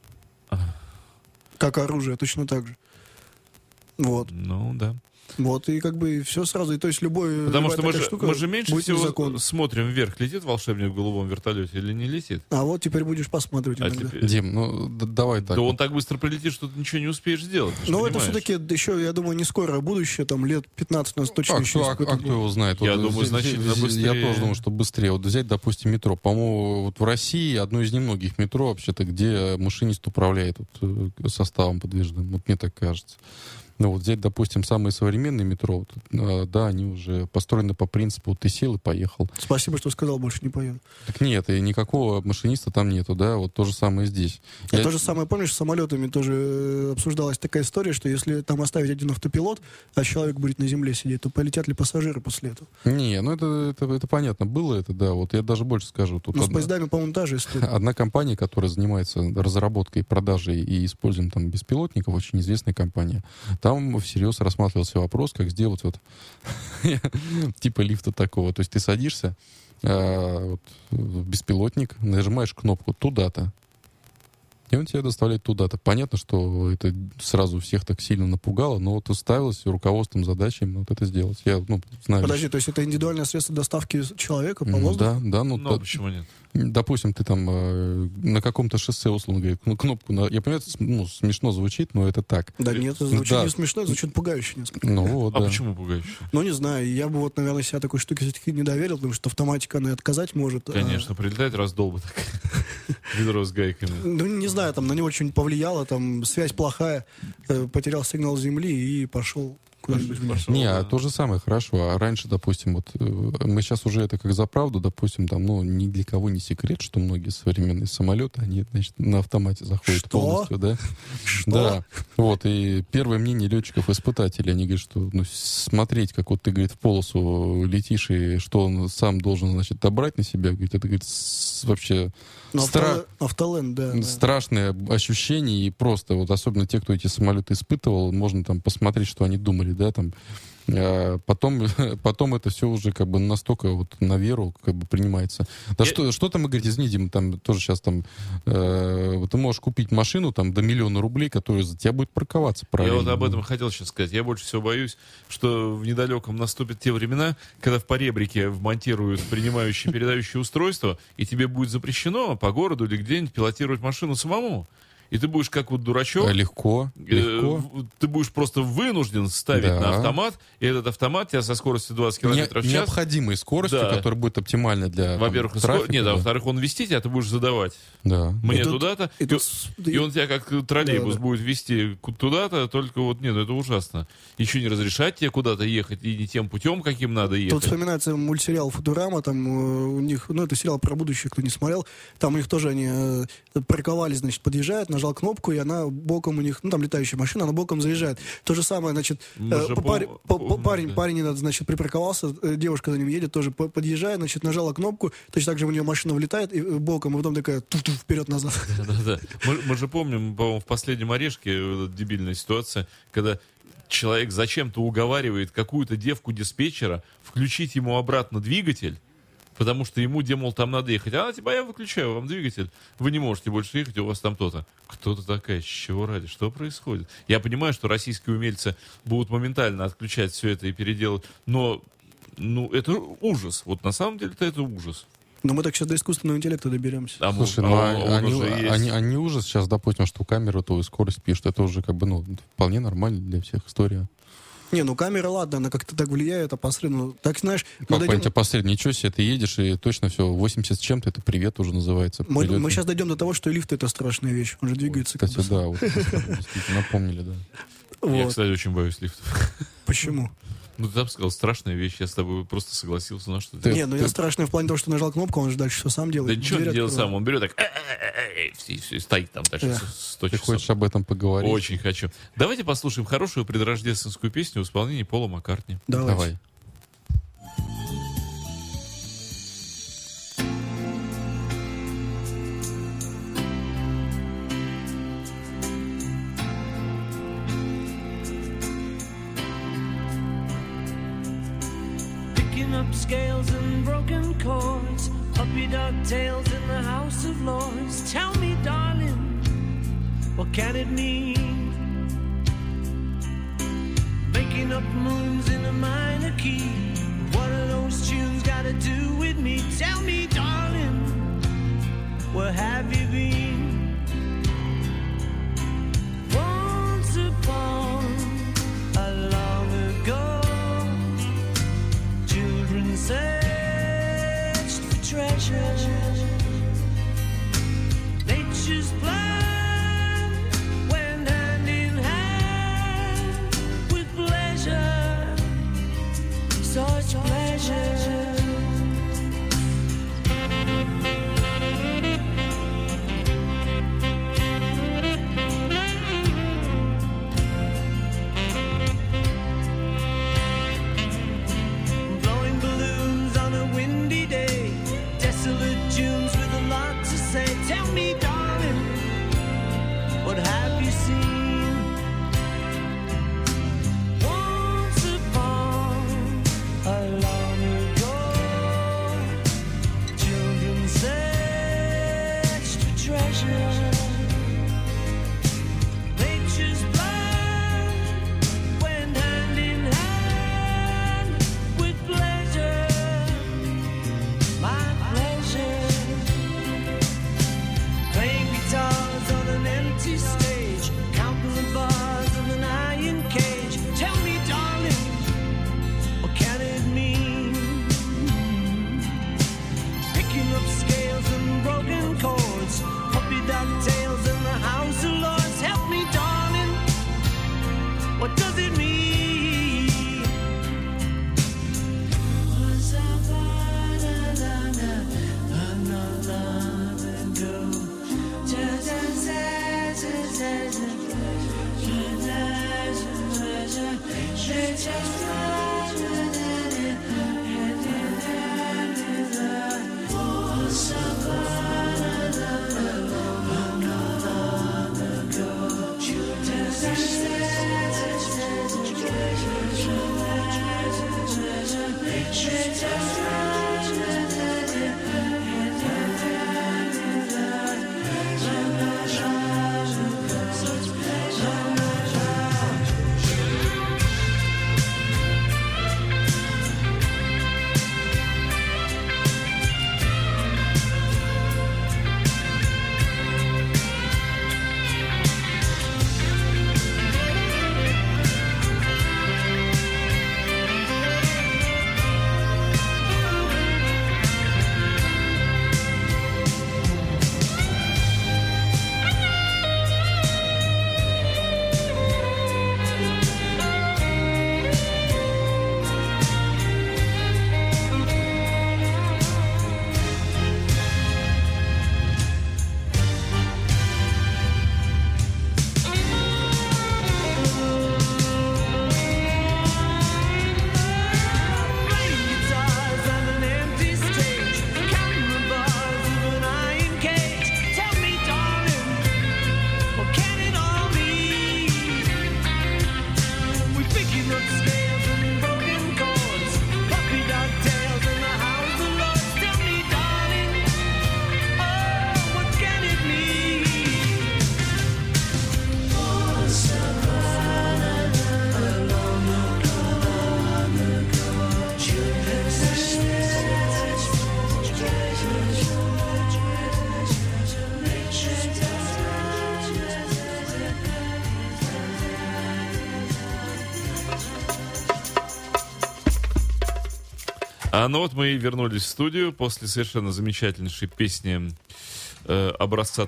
[SPEAKER 6] Как оружие, точно так же. Вот.
[SPEAKER 3] Ну, да.
[SPEAKER 6] Вот, и как бы все сразу. И то есть
[SPEAKER 3] Потому что мы же меньше
[SPEAKER 6] будет
[SPEAKER 3] всего
[SPEAKER 6] незаконно.
[SPEAKER 3] смотрим вверх, летит волшебник в голубом вертолете или не летит.
[SPEAKER 6] А вот теперь будешь посматривать иногда.
[SPEAKER 4] Дим, ну давай так.
[SPEAKER 3] Да
[SPEAKER 4] вот.
[SPEAKER 3] он так быстро прилетит, что ты ничего не успеешь сделать. ты ж
[SPEAKER 6] Но это
[SPEAKER 3] понимаешь.
[SPEAKER 6] все-таки еще, я думаю, не скорое будущее, там лет 15 нас точно еще есть какой-то
[SPEAKER 4] кто его знает?
[SPEAKER 3] Я
[SPEAKER 4] Вот
[SPEAKER 3] думаю, значительно
[SPEAKER 4] Я
[SPEAKER 3] быстрее.
[SPEAKER 4] тоже думаю, что быстрее. Вот взять, допустим, метро. По-моему, вот в России одно из немногих метро вообще-то, где машинист управляет составом подвижным. Вот мне так кажется. Ну вот взять, допустим, самые современные метро, да, они уже построены по принципу «ты сел и поехал».
[SPEAKER 6] Спасибо, что сказал, больше не поеду.
[SPEAKER 4] Так нет, и никакого машиниста там нету, да, вот то же самое здесь.
[SPEAKER 6] То же самое, помнишь, с самолетами тоже обсуждалась такая история, что если там оставить один автопилот, а человек будет на земле сидеть, то полетят ли пассажиры после этого?
[SPEAKER 4] Не, ну это понятно, было это, да, вот я даже больше скажу. Тут
[SPEAKER 6] Но с поездами, по-моему, та же история.
[SPEAKER 4] одна компания, которая занимается разработкой, продажей и использованием там беспилотников, очень известная компания, там всерьез рассматривался вопрос, как сделать вот типа лифта такого. То есть ты садишься в беспилотник, нажимаешь кнопку «туда-то», и он тебя доставляет туда-то. Понятно, что это сразу всех так сильно напугало, но вот ставилось руководством задачей вот это сделать. Я знаю.
[SPEAKER 6] Подожди, то есть это индивидуальное средство доставки человека по
[SPEAKER 4] Ну,
[SPEAKER 6] воздуху?
[SPEAKER 4] да,
[SPEAKER 3] Ну, почему нет?
[SPEAKER 4] допустим, ты там на каком-то шоссе, условно говоря, кнопку... Я понимаю, это смешно звучит, но это так.
[SPEAKER 6] Да нет, это звучит
[SPEAKER 4] Да.
[SPEAKER 6] не смешно, это звучит пугающе несколько.
[SPEAKER 4] Ну вот,
[SPEAKER 3] А
[SPEAKER 4] да.
[SPEAKER 3] почему пугающе?
[SPEAKER 6] Ну, не знаю, я бы вот, наверное, себя такой штуке все-таки не доверил, потому что автоматика, она и отказать может.
[SPEAKER 3] Конечно, прилетает раздолба так. Ведро с гайками.
[SPEAKER 6] Ну, не знаю, там на него что-нибудь повлияло, там связь плохая, потерял сигнал Земли и пошел куда-нибудь вниз.
[SPEAKER 4] Не, а то же самое, хорошо. А раньше, допустим, вот мы сейчас уже это как за правду, допустим, там, ну, ни для кого не секрет, что многие современные самолеты, они, значит, на автомате заходят
[SPEAKER 6] Что?
[SPEAKER 4] полностью, да?
[SPEAKER 6] Что?
[SPEAKER 4] Да. Вот, и первое мнение летчиков-испытателей, они говорят, что смотреть, как вот ты, говорит, в полосу летишь, и что он сам должен, значит, добрать на себя, говорит, это, говорит, вообще
[SPEAKER 6] Ну, Автоленд, да.
[SPEAKER 4] страшное ощущение, и просто, вот особенно те, кто эти самолеты испытывал, можно там посмотреть, что они думали, да, там. Потом это все уже как бы настолько вот на веру как бы принимается. Да что там, говорите, извини, Дим, там тоже сейчас там ты можешь купить машину там до 1 000 000 рублей, которая за тебя будет парковаться
[SPEAKER 3] Я
[SPEAKER 4] правильно.
[SPEAKER 3] вот об этом хотел сейчас сказать. Я больше всего боюсь, что в недалеком наступят те времена, когда в поребрике вмонтируют принимающие, передающие устройства, и тебе будет запрещено по городу или где-нибудь пилотировать машину самому. И ты будешь как вот дурачок.
[SPEAKER 4] Легко.
[SPEAKER 3] Ты будешь просто вынужден ставить
[SPEAKER 4] Да.
[SPEAKER 3] на автомат, и этот автомат тебя со скоростью 20 км в час...
[SPEAKER 4] Необходимой скоростью,
[SPEAKER 3] Да.
[SPEAKER 4] которая будет оптимальна для там,
[SPEAKER 3] Во-первых,
[SPEAKER 4] трафика,
[SPEAKER 3] нет, а
[SPEAKER 4] да.
[SPEAKER 3] во-вторых, он вести тебя, ты будешь задавать.
[SPEAKER 4] Да.
[SPEAKER 3] Мне
[SPEAKER 6] И тут-
[SPEAKER 3] туда-то,
[SPEAKER 6] и тут
[SPEAKER 3] и он тебя как троллейбус
[SPEAKER 6] Да, да.
[SPEAKER 3] будет вести туда-то, только вот нет, это ужасно. Еще не разрешать тебе куда-то ехать, и не тем путем, каким надо
[SPEAKER 6] Тут
[SPEAKER 3] ехать.
[SPEAKER 6] вспоминается мультсериал «Футурама», там у них, ну, это сериал про будущее, кто не смотрел, там у них тоже они парковались, значит, подъезжают, нажал кнопку, и она боком у них, ну, там летающая машина, она боком заезжает. То же самое, значит,
[SPEAKER 3] Мы же помним, да.
[SPEAKER 6] парень, значит, припарковался, девушка за ним едет, тоже подъезжает, значит, нажала кнопку, точно так же в нее машина влетает, и боком, и потом такая вперед-назад.
[SPEAKER 3] Да-да-да. Мы же помним, по-моему, в «Последнем орешке» дебильная ситуация, когда человек зачем-то уговаривает какую-то девку-диспетчера включить ему обратно двигатель, потому что ему, мол, там надо ехать. А она типа, я выключаю вам двигатель, вы не можете больше ехать, у вас там то-то. Кто-то такая, с чего ради, что происходит? Я понимаю, что российские умельцы будут моментально отключать все это и переделать, но это ужас. Вот на самом деле-то это ужас.
[SPEAKER 6] Но мы так сейчас до искусственного интеллекта доберемся.
[SPEAKER 3] А
[SPEAKER 4] Слушай,
[SPEAKER 3] он
[SPEAKER 4] ну
[SPEAKER 3] уже есть.
[SPEAKER 4] они ужас сейчас, допустим, что камера твою скорость пишет. Это уже как бы, ну, вполне нормально для всех история.
[SPEAKER 6] Не, ну камера, ладно, она как-то так влияет опосредованно. Так, знаешь,
[SPEAKER 4] Как понять, посредственно, ничего себе, ты едешь, и точно все, 80 с чем-то, это привет уже называется.
[SPEAKER 6] мы
[SPEAKER 4] Прилет.
[SPEAKER 6] сейчас дойдем до того, что и лифт — это страшная вещь. Он же двигается как
[SPEAKER 4] Кстати,
[SPEAKER 6] бы.
[SPEAKER 4] да, вот действительно напомнили, да.
[SPEAKER 3] Я,
[SPEAKER 6] Вот.
[SPEAKER 3] кстати, очень боюсь лифтов.
[SPEAKER 6] Почему?
[SPEAKER 3] Ну, ты там сказал, страшная вещь, я с тобой просто согласился, ну что
[SPEAKER 4] Ты-
[SPEAKER 3] ты...
[SPEAKER 6] Не, ну я страшный в плане того, что нажал кнопку, он же дальше все сам
[SPEAKER 3] Да
[SPEAKER 6] делает.
[SPEAKER 3] ничего не
[SPEAKER 6] Дверь
[SPEAKER 3] делает
[SPEAKER 6] открывает.
[SPEAKER 3] сам, он берет так, все, стоит там дальше
[SPEAKER 6] Эх.
[SPEAKER 3] 100
[SPEAKER 4] Ты
[SPEAKER 3] часов.
[SPEAKER 4] хочешь об этом поговорить?
[SPEAKER 3] Очень хочу. Давайте послушаем хорошую предрождественскую песню в исполнении Пола Маккартни.
[SPEAKER 6] Давайте.
[SPEAKER 4] Давай.
[SPEAKER 5] up scales and broken chords, puppy dog tails in the House of Lords. Tell me, darling, what can it mean? Making up moons in a minor key. What are those tunes got to do with me? Tell me, darling, where have you been? Once upon a long ago, children searched for treasure. Nature's plan went hand in hand with pleasure, such pleasure. Blowing balloons on a windy day, desolate tunes with a lot to say. Tell me, darling, what have you seen? Once upon a long ago, children searched for treasure. Nature's plan went hand in hand with pleasure, my pleasure. Playing guitars on an empty stage, counting the bars of an iron cage. Tell me, darling, what can it mean? Picking up scales and broken chords, puppy dog tails in the House of Lords. Help me, darling, what does it mean? Once upon a long ago,
[SPEAKER 3] Ну вот мы и вернулись в студию после совершенно замечательнейшей песни образца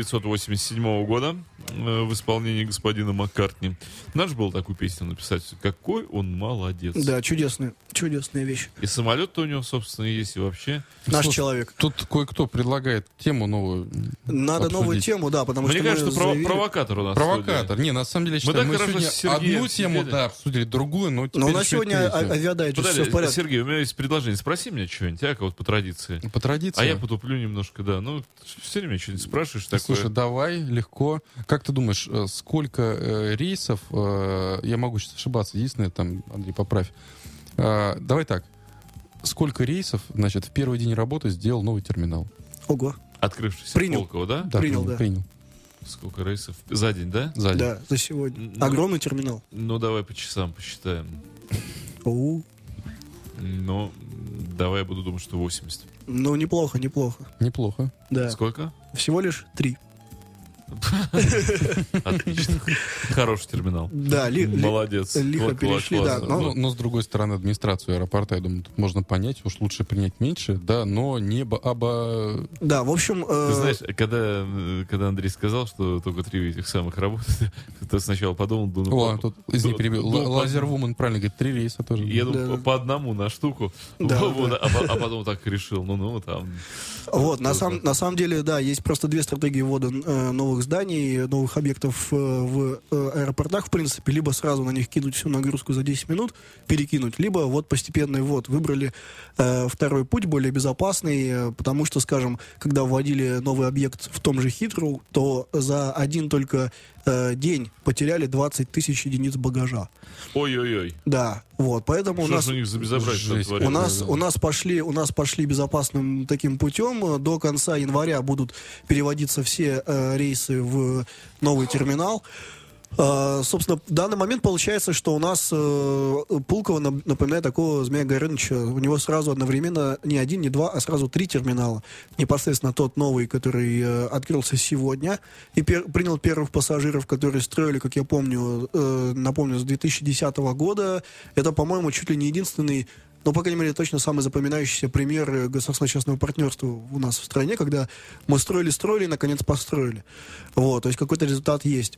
[SPEAKER 3] 1987 года в исполнении господина Маккартни. Наш был такую песню написать. Какой он молодец.
[SPEAKER 6] Да, чудесная вещь.
[SPEAKER 3] И самолет-то у него, собственно, есть, и вообще.
[SPEAKER 6] Наш
[SPEAKER 4] Слушай,
[SPEAKER 6] человек.
[SPEAKER 4] Тут кое-кто предлагает тему новую.
[SPEAKER 6] Надо
[SPEAKER 4] обсудить.
[SPEAKER 6] новую тему, да, потому
[SPEAKER 3] Мне
[SPEAKER 6] что
[SPEAKER 3] кажется,
[SPEAKER 6] мы
[SPEAKER 3] что
[SPEAKER 6] заявили-
[SPEAKER 3] провокатор у нас. в
[SPEAKER 4] Провокатор.
[SPEAKER 3] студии.
[SPEAKER 4] Не, на самом деле, я считаю,
[SPEAKER 3] так
[SPEAKER 4] мы
[SPEAKER 3] хорошо
[SPEAKER 4] сегодня
[SPEAKER 3] с Сергеем
[SPEAKER 4] одну тему,
[SPEAKER 3] сидели.
[SPEAKER 4] да, обсудили, другую, но теперь
[SPEAKER 6] Но у нас
[SPEAKER 4] еще и
[SPEAKER 6] сегодня
[SPEAKER 4] третью.
[SPEAKER 6] авиадайджест, все в
[SPEAKER 3] Подожди,
[SPEAKER 6] порядке.
[SPEAKER 3] Сергей, у меня есть предложение. Спроси меня что-нибудь, как вот по традиции.
[SPEAKER 4] По традиции.
[SPEAKER 3] А я потуплю немножко, да. Ну, все время что-нибудь спрашиваешь такое.
[SPEAKER 4] Слушай, давай, легко. Как ты думаешь, сколько рейсов, я могу сейчас ошибаться, единственное, там, Андрей, поправь. Давай так. сколько рейсов, значит, в первый день работы сделал новый терминал?
[SPEAKER 6] Ого.
[SPEAKER 3] Открывшийся
[SPEAKER 6] Принял.
[SPEAKER 3] Пулково, да?
[SPEAKER 4] Да,
[SPEAKER 6] Принял, да.
[SPEAKER 4] принял.
[SPEAKER 3] Сколько рейсов? За день, да?
[SPEAKER 4] За день.
[SPEAKER 6] Да, за сегодня.
[SPEAKER 3] Ну,
[SPEAKER 6] Огромный терминал.
[SPEAKER 3] Ну, давай по часам посчитаем.
[SPEAKER 6] Оу.
[SPEAKER 3] Ну, давай я буду думать, что 80.
[SPEAKER 6] Ну, неплохо, неплохо.
[SPEAKER 4] Неплохо.
[SPEAKER 6] Да.
[SPEAKER 3] Сколько?
[SPEAKER 6] Всего лишь 3.
[SPEAKER 3] Отлично. Хороший терминал.
[SPEAKER 6] Да,
[SPEAKER 3] Молодец.
[SPEAKER 6] лихо
[SPEAKER 3] Вот,
[SPEAKER 6] перешли,
[SPEAKER 3] классно.
[SPEAKER 6] да.
[SPEAKER 4] Но с другой стороны, администрацию аэропорта, я думаю, тут можно понять, уж лучше принять меньше, да, но не
[SPEAKER 6] Да, в общем...
[SPEAKER 3] Ты знаешь, когда Андрей сказал, что только 3 этих самых работают, ты сначала подумал,
[SPEAKER 4] О, тут, извини, перебил. Лазервумен правильно говорит, 3 рейса тоже.
[SPEAKER 3] еду
[SPEAKER 6] Да.
[SPEAKER 3] по одному на штуку,
[SPEAKER 6] Да,
[SPEAKER 3] вот,
[SPEAKER 6] да.
[SPEAKER 3] а потом так решил, там...
[SPEAKER 6] Вот, на самом деле, да, есть просто 2 стратегии ввода новых зданий, новых объектов в аэропортах, в принципе. Либо сразу на них кинуть всю нагрузку за 10 минут, перекинуть, либо вот постепенный ввод. Выбрали второй путь, более безопасный, потому что, скажем, когда вводили новый объект в том же Хитроу, то за один только день потеряли 20 тысяч единиц багажа.
[SPEAKER 3] Ой-ой-ой.
[SPEAKER 6] Да, вот, поэтому
[SPEAKER 3] Что
[SPEAKER 6] у нас...
[SPEAKER 3] же у них за безобразие
[SPEAKER 4] Жесть.
[SPEAKER 3] творится?
[SPEAKER 6] У нас пошли безопасным таким путем. До конца января будут переводиться все рейсы в новый терминал. Собственно, в данный момент получается, что у нас Пулково напоминает такого Змея Горыныча. У него сразу одновременно не 1, не 2, а сразу 3 терминала. Непосредственно тот новый, который открылся сегодня и принял первых пассажиров, которые строили, как я помню, напомню, с 2010 года. Это, по-моему, чуть ли не единственный, ну, по крайней мере, точно самый запоминающийся пример государственно-частного партнерства у нас в стране, когда мы строили и, наконец, построили. Вот, то есть какой-то результат есть.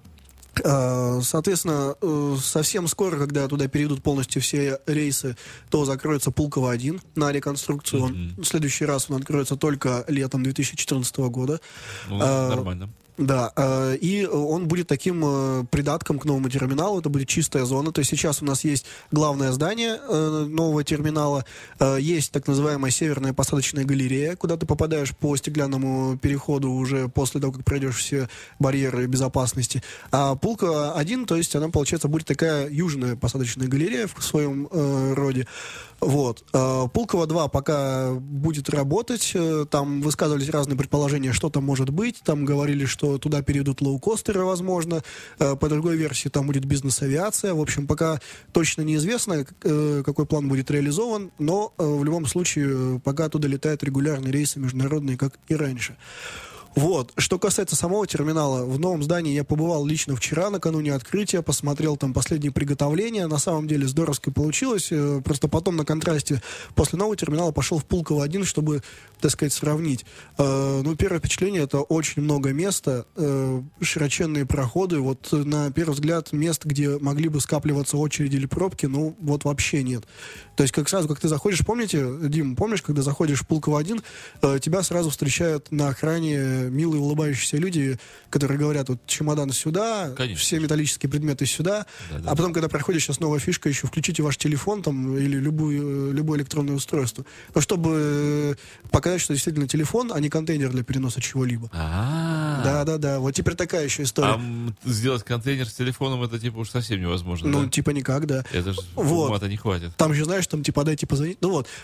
[SPEAKER 6] Соответственно, совсем скоро, когда туда перейдут полностью все рейсы, то закроется Пулково-1 на реконструкцию. В следующий раз он откроется только летом 2014 года.
[SPEAKER 3] Ну, нормально.
[SPEAKER 6] Да, и он будет таким придатком к новому терминалу, это будет чистая зона, то есть сейчас у нас есть главное здание нового терминала, есть так называемая северная посадочная галерея, куда ты попадаешь по стеклянному переходу уже после того, как пройдешь все барьеры безопасности, а Пулково-1, то есть она, получается, будет такая южная посадочная галерея в своем роде. Вот. Пулково-2 пока будет работать, там высказывались разные предположения, что там может быть, там говорили, что туда перейдут лоукостеры, возможно, по другой версии там будет бизнес-авиация, в общем, пока точно неизвестно, какой план будет реализован, но в любом случае пока туда летают регулярные рейсы международные, как и раньше. Вот. Что касается самого терминала, в новом здании я побывал лично вчера, накануне открытия, посмотрел там последние приготовления. На самом деле здоровски получилось. Просто потом на контрасте после нового терминала пошел в Пулково-1, чтобы, так сказать, сравнить. Ну, первое впечатление — это очень много места, широченные проходы. Вот на первый взгляд мест, где могли бы скапливаться очереди или пробки, ну, вот вообще нет. То есть как сразу, как ты заходишь, помните, Дим, помнишь, когда заходишь в Пулково-1, тебя сразу встречают на охране милые улыбающиеся люди, которые говорят, вот чемодан сюда,
[SPEAKER 3] Конечно.
[SPEAKER 6] все металлические предметы сюда,
[SPEAKER 3] Да-да.
[SPEAKER 6] а потом, когда проходишь, сейчас новая фишка, еще включите ваш телефон там или любое электронное устройство, но чтобы показать, что действительно телефон, а не контейнер для переноса чего-либо. Да-да-да, вот теперь такая еще история.
[SPEAKER 3] Сделать контейнер с телефоном, это типа уж совсем невозможно,
[SPEAKER 6] Ну,
[SPEAKER 3] да?
[SPEAKER 6] типа никак, да.
[SPEAKER 3] Это же
[SPEAKER 6] Вот.
[SPEAKER 3] ума-то не хватит.
[SPEAKER 6] Там же, знаешь, там типа дайте позвонить. Ну вот.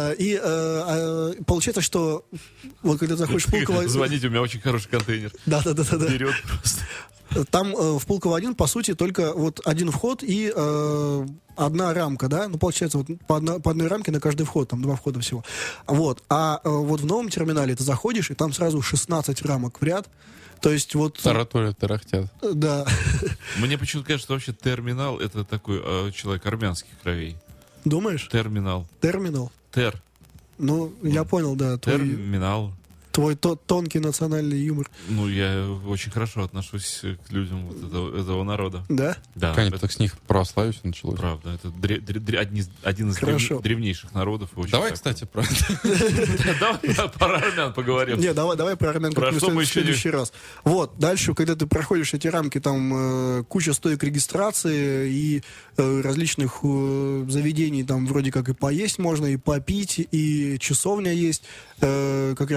[SPEAKER 6] Получается, что вот когда заходишь в Пулково...
[SPEAKER 3] Звоните, у меня очень хороший контейнер.
[SPEAKER 6] Да-да-да.
[SPEAKER 3] Берет просто.
[SPEAKER 6] Там в Пулково-1, по сути, только вот один вход и одна рамка, да? Ну, получается, вот по одной рамке на каждый вход, там 2 входа всего. Вот. А вот в новом терминале ты заходишь, и там сразу 16 рамок в ряд. То есть вот...
[SPEAKER 4] Тараторят, тарахтят.
[SPEAKER 6] Да.
[SPEAKER 3] Мне почему-то кажется, что вообще терминал — это такой человек армянских кровей.
[SPEAKER 6] Думаешь?
[SPEAKER 3] Терминал.
[SPEAKER 6] Терминал? Ну, я понял, да.
[SPEAKER 3] Терминал.
[SPEAKER 6] Твой тонкий национальный юмор.
[SPEAKER 3] Ну, я очень хорошо отношусь к людям вот этого народа.
[SPEAKER 6] Да?
[SPEAKER 3] Да,
[SPEAKER 4] Конечно,
[SPEAKER 3] это
[SPEAKER 4] так с них православие все началось.
[SPEAKER 3] правда. Это один из
[SPEAKER 6] Хорошо.
[SPEAKER 3] древнейших народов. Очень
[SPEAKER 4] Давай,
[SPEAKER 3] так.
[SPEAKER 4] кстати, про
[SPEAKER 3] Давай про армян поговорим.
[SPEAKER 6] Не, давай про армян
[SPEAKER 3] Про
[SPEAKER 6] как-нибудь
[SPEAKER 3] что мы
[SPEAKER 6] в
[SPEAKER 3] еще не-
[SPEAKER 6] следующий раз. Вот, дальше, когда ты проходишь эти рамки, там куча стоек регистрации и различных заведений, там вроде как и поесть можно, и попить, и часовня есть, как раз для тех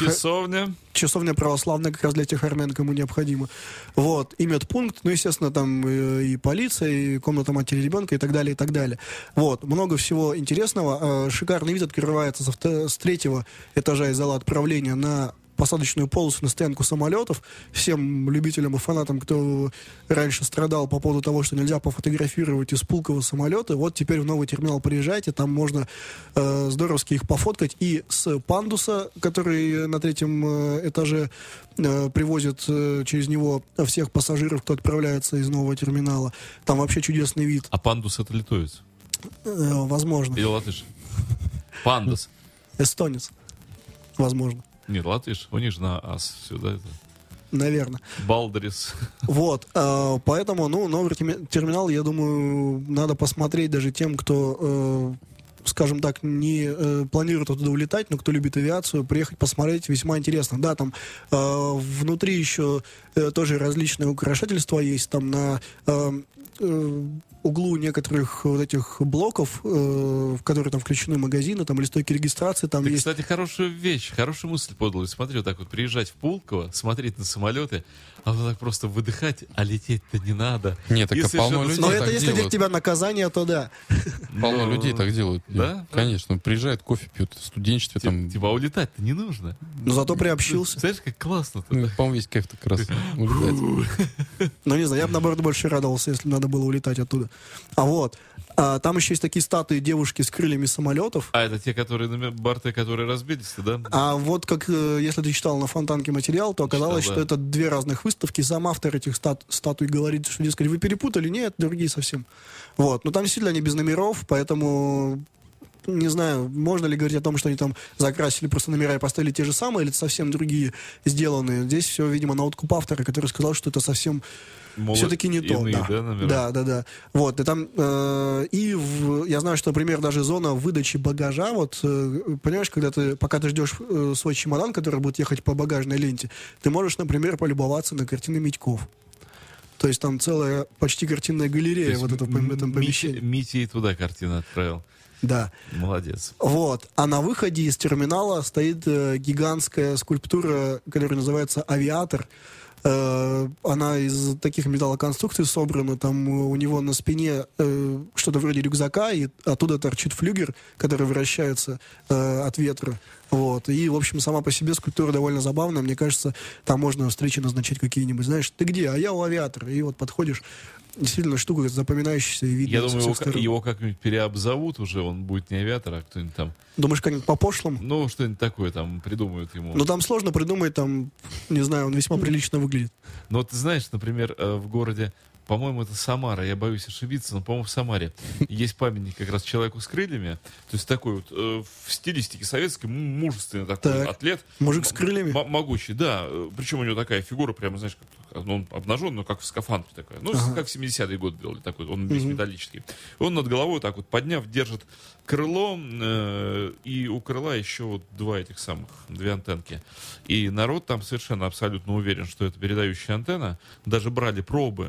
[SPEAKER 3] Часовня.
[SPEAKER 6] часовня православная как раз для тех армян, кому необходимо. Вот, и медпункт, ну, естественно, там и полиция, и комната матери ребенка, и так далее, и так далее. Вот, много всего интересного. Шикарный вид открывается с 3-го этажа из зала отправления на посадочную полосу, на стоянку самолетов. Всем любителям и фанатам, кто раньше страдал по поводу того, что нельзя пофотографировать из Пулково самолеты, вот теперь в новый терминал приезжайте, там можно здоровски их пофоткать. И с пандуса, который на 3-м этаже привозят через него всех пассажиров, кто отправляется из нового терминала. Там вообще чудесный вид.
[SPEAKER 3] А пандус это литовец?
[SPEAKER 6] Возможно.
[SPEAKER 3] Или латыш? Пандус.
[SPEAKER 6] Эстонец. Возможно.
[SPEAKER 3] Нет, латыш. У них же на ас сюда это.
[SPEAKER 6] Наверное.
[SPEAKER 3] Балдерис.
[SPEAKER 6] Вот, поэтому, ну, новый терминал, я думаю, надо посмотреть даже тем, кто, скажем так, не планирует оттуда улетать, но кто любит авиацию, приехать посмотреть, весьма интересно. Да, там внутри еще тоже различные украшательства есть, там на углу некоторых вот этих блоков, в которые там включены магазины, там или стойки регистрации, там
[SPEAKER 3] Ты,
[SPEAKER 6] есть...
[SPEAKER 3] кстати, хорошая вещь, хорошую мысль подал. Смотри, вот так вот приезжать в Пулково, смотреть на самолеты, а вот так просто выдыхать, а лететь-то не надо.
[SPEAKER 4] Нет, так
[SPEAKER 3] И
[SPEAKER 4] полно
[SPEAKER 3] совершенно
[SPEAKER 4] людей
[SPEAKER 6] Но
[SPEAKER 4] так
[SPEAKER 6] это если
[SPEAKER 4] делают.
[SPEAKER 6] для тебя наказание, то да.
[SPEAKER 4] Полно людей так делают.
[SPEAKER 3] Да?
[SPEAKER 4] Конечно. Приезжают, кофе пьют, в студенчестве там.
[SPEAKER 3] Типа, а улетать-то не нужно.
[SPEAKER 6] Но зато приобщился.
[SPEAKER 3] Знаешь, как классно-то.
[SPEAKER 4] Ну, по-моему, весь кайф как раз улетает.
[SPEAKER 6] Ну, не знаю, я бы, наоборот, больше радовался, если надо было улетать оттуда. А вот, там еще есть такие статуи девушки с крыльями самолетов.
[SPEAKER 3] А это те, которые на борты, которые разбились, да?
[SPEAKER 6] А вот как, если ты читал на Фонтанке материал, то оказалось,
[SPEAKER 3] Читал,
[SPEAKER 6] что
[SPEAKER 3] да.
[SPEAKER 6] это 2 разных выставки. Сам автор этих статуй говорит, что, дескать, вы перепутали? Нет, другие совсем. Вот, но там действительно они без номеров, поэтому... Не знаю, можно ли говорить о том, что они там закрасили просто номера и поставили те же самые, или это совсем другие сделанные. Здесь все, видимо, на откуп автора, который сказал, что это совсем
[SPEAKER 3] Мол,
[SPEAKER 6] все-таки не то.
[SPEAKER 3] иные,
[SPEAKER 6] Да.
[SPEAKER 3] номера?
[SPEAKER 6] Да. Вот, и там, я знаю, что, например, даже зона выдачи багажа, вот, понимаешь, когда пока ты ждешь свой чемодан, который будет ехать по багажной ленте, ты можешь, например, полюбоваться на картины Митьков. То есть там целая почти картинная галерея вот это, в этом помещении.
[SPEAKER 3] Митя и туда картину отправил.
[SPEAKER 6] Да.
[SPEAKER 3] Молодец.
[SPEAKER 6] Вот. А на выходе из терминала стоит гигантская скульптура, которая называется «Авиатор». Она из таких металлоконструкций собрана. Там у него на спине что-то вроде рюкзака, и оттуда торчит флюгер, который вращается от ветра. Вот. И, в общем, сама по себе скульптура довольно забавная. Мне кажется, там можно встречи назначать какие-нибудь. Знаешь, ты где? А я у «Авиатора». И вот подходишь. Действительно, штука запоминающаяся и видно.
[SPEAKER 3] Я
[SPEAKER 6] со
[SPEAKER 3] думаю,
[SPEAKER 6] всех сторон.
[SPEAKER 3] его как-нибудь переобзовут уже, он будет не авиатор, а кто-нибудь там,
[SPEAKER 6] Думаешь, как-нибудь по-пошлому?
[SPEAKER 3] ну, что-нибудь такое там придумают ему.
[SPEAKER 6] Ну, там сложно придумать, там, не знаю, он весьма прилично выглядит.
[SPEAKER 3] Но вот ты знаешь, например, в городе, по-моему, это Самара, я боюсь ошибиться, но, по-моему, в Самаре есть памятник как раз человеку с крыльями, то есть такой вот в стилистике советской, мужественный такой
[SPEAKER 6] Так.
[SPEAKER 3] атлет.
[SPEAKER 6] Мужик с крыльями?
[SPEAKER 3] Могучий, да. Причем у него такая фигура, прямо, знаешь, как, он обнажен, но как в скафандре такая. Ну, как в 70-е годы делали такой, он весь металлический. Он над головой так вот подняв, держит крыло, и у крыла еще вот 2 антенки. И народ там совершенно абсолютно уверен, что это передающая антенна. Даже брали пробы,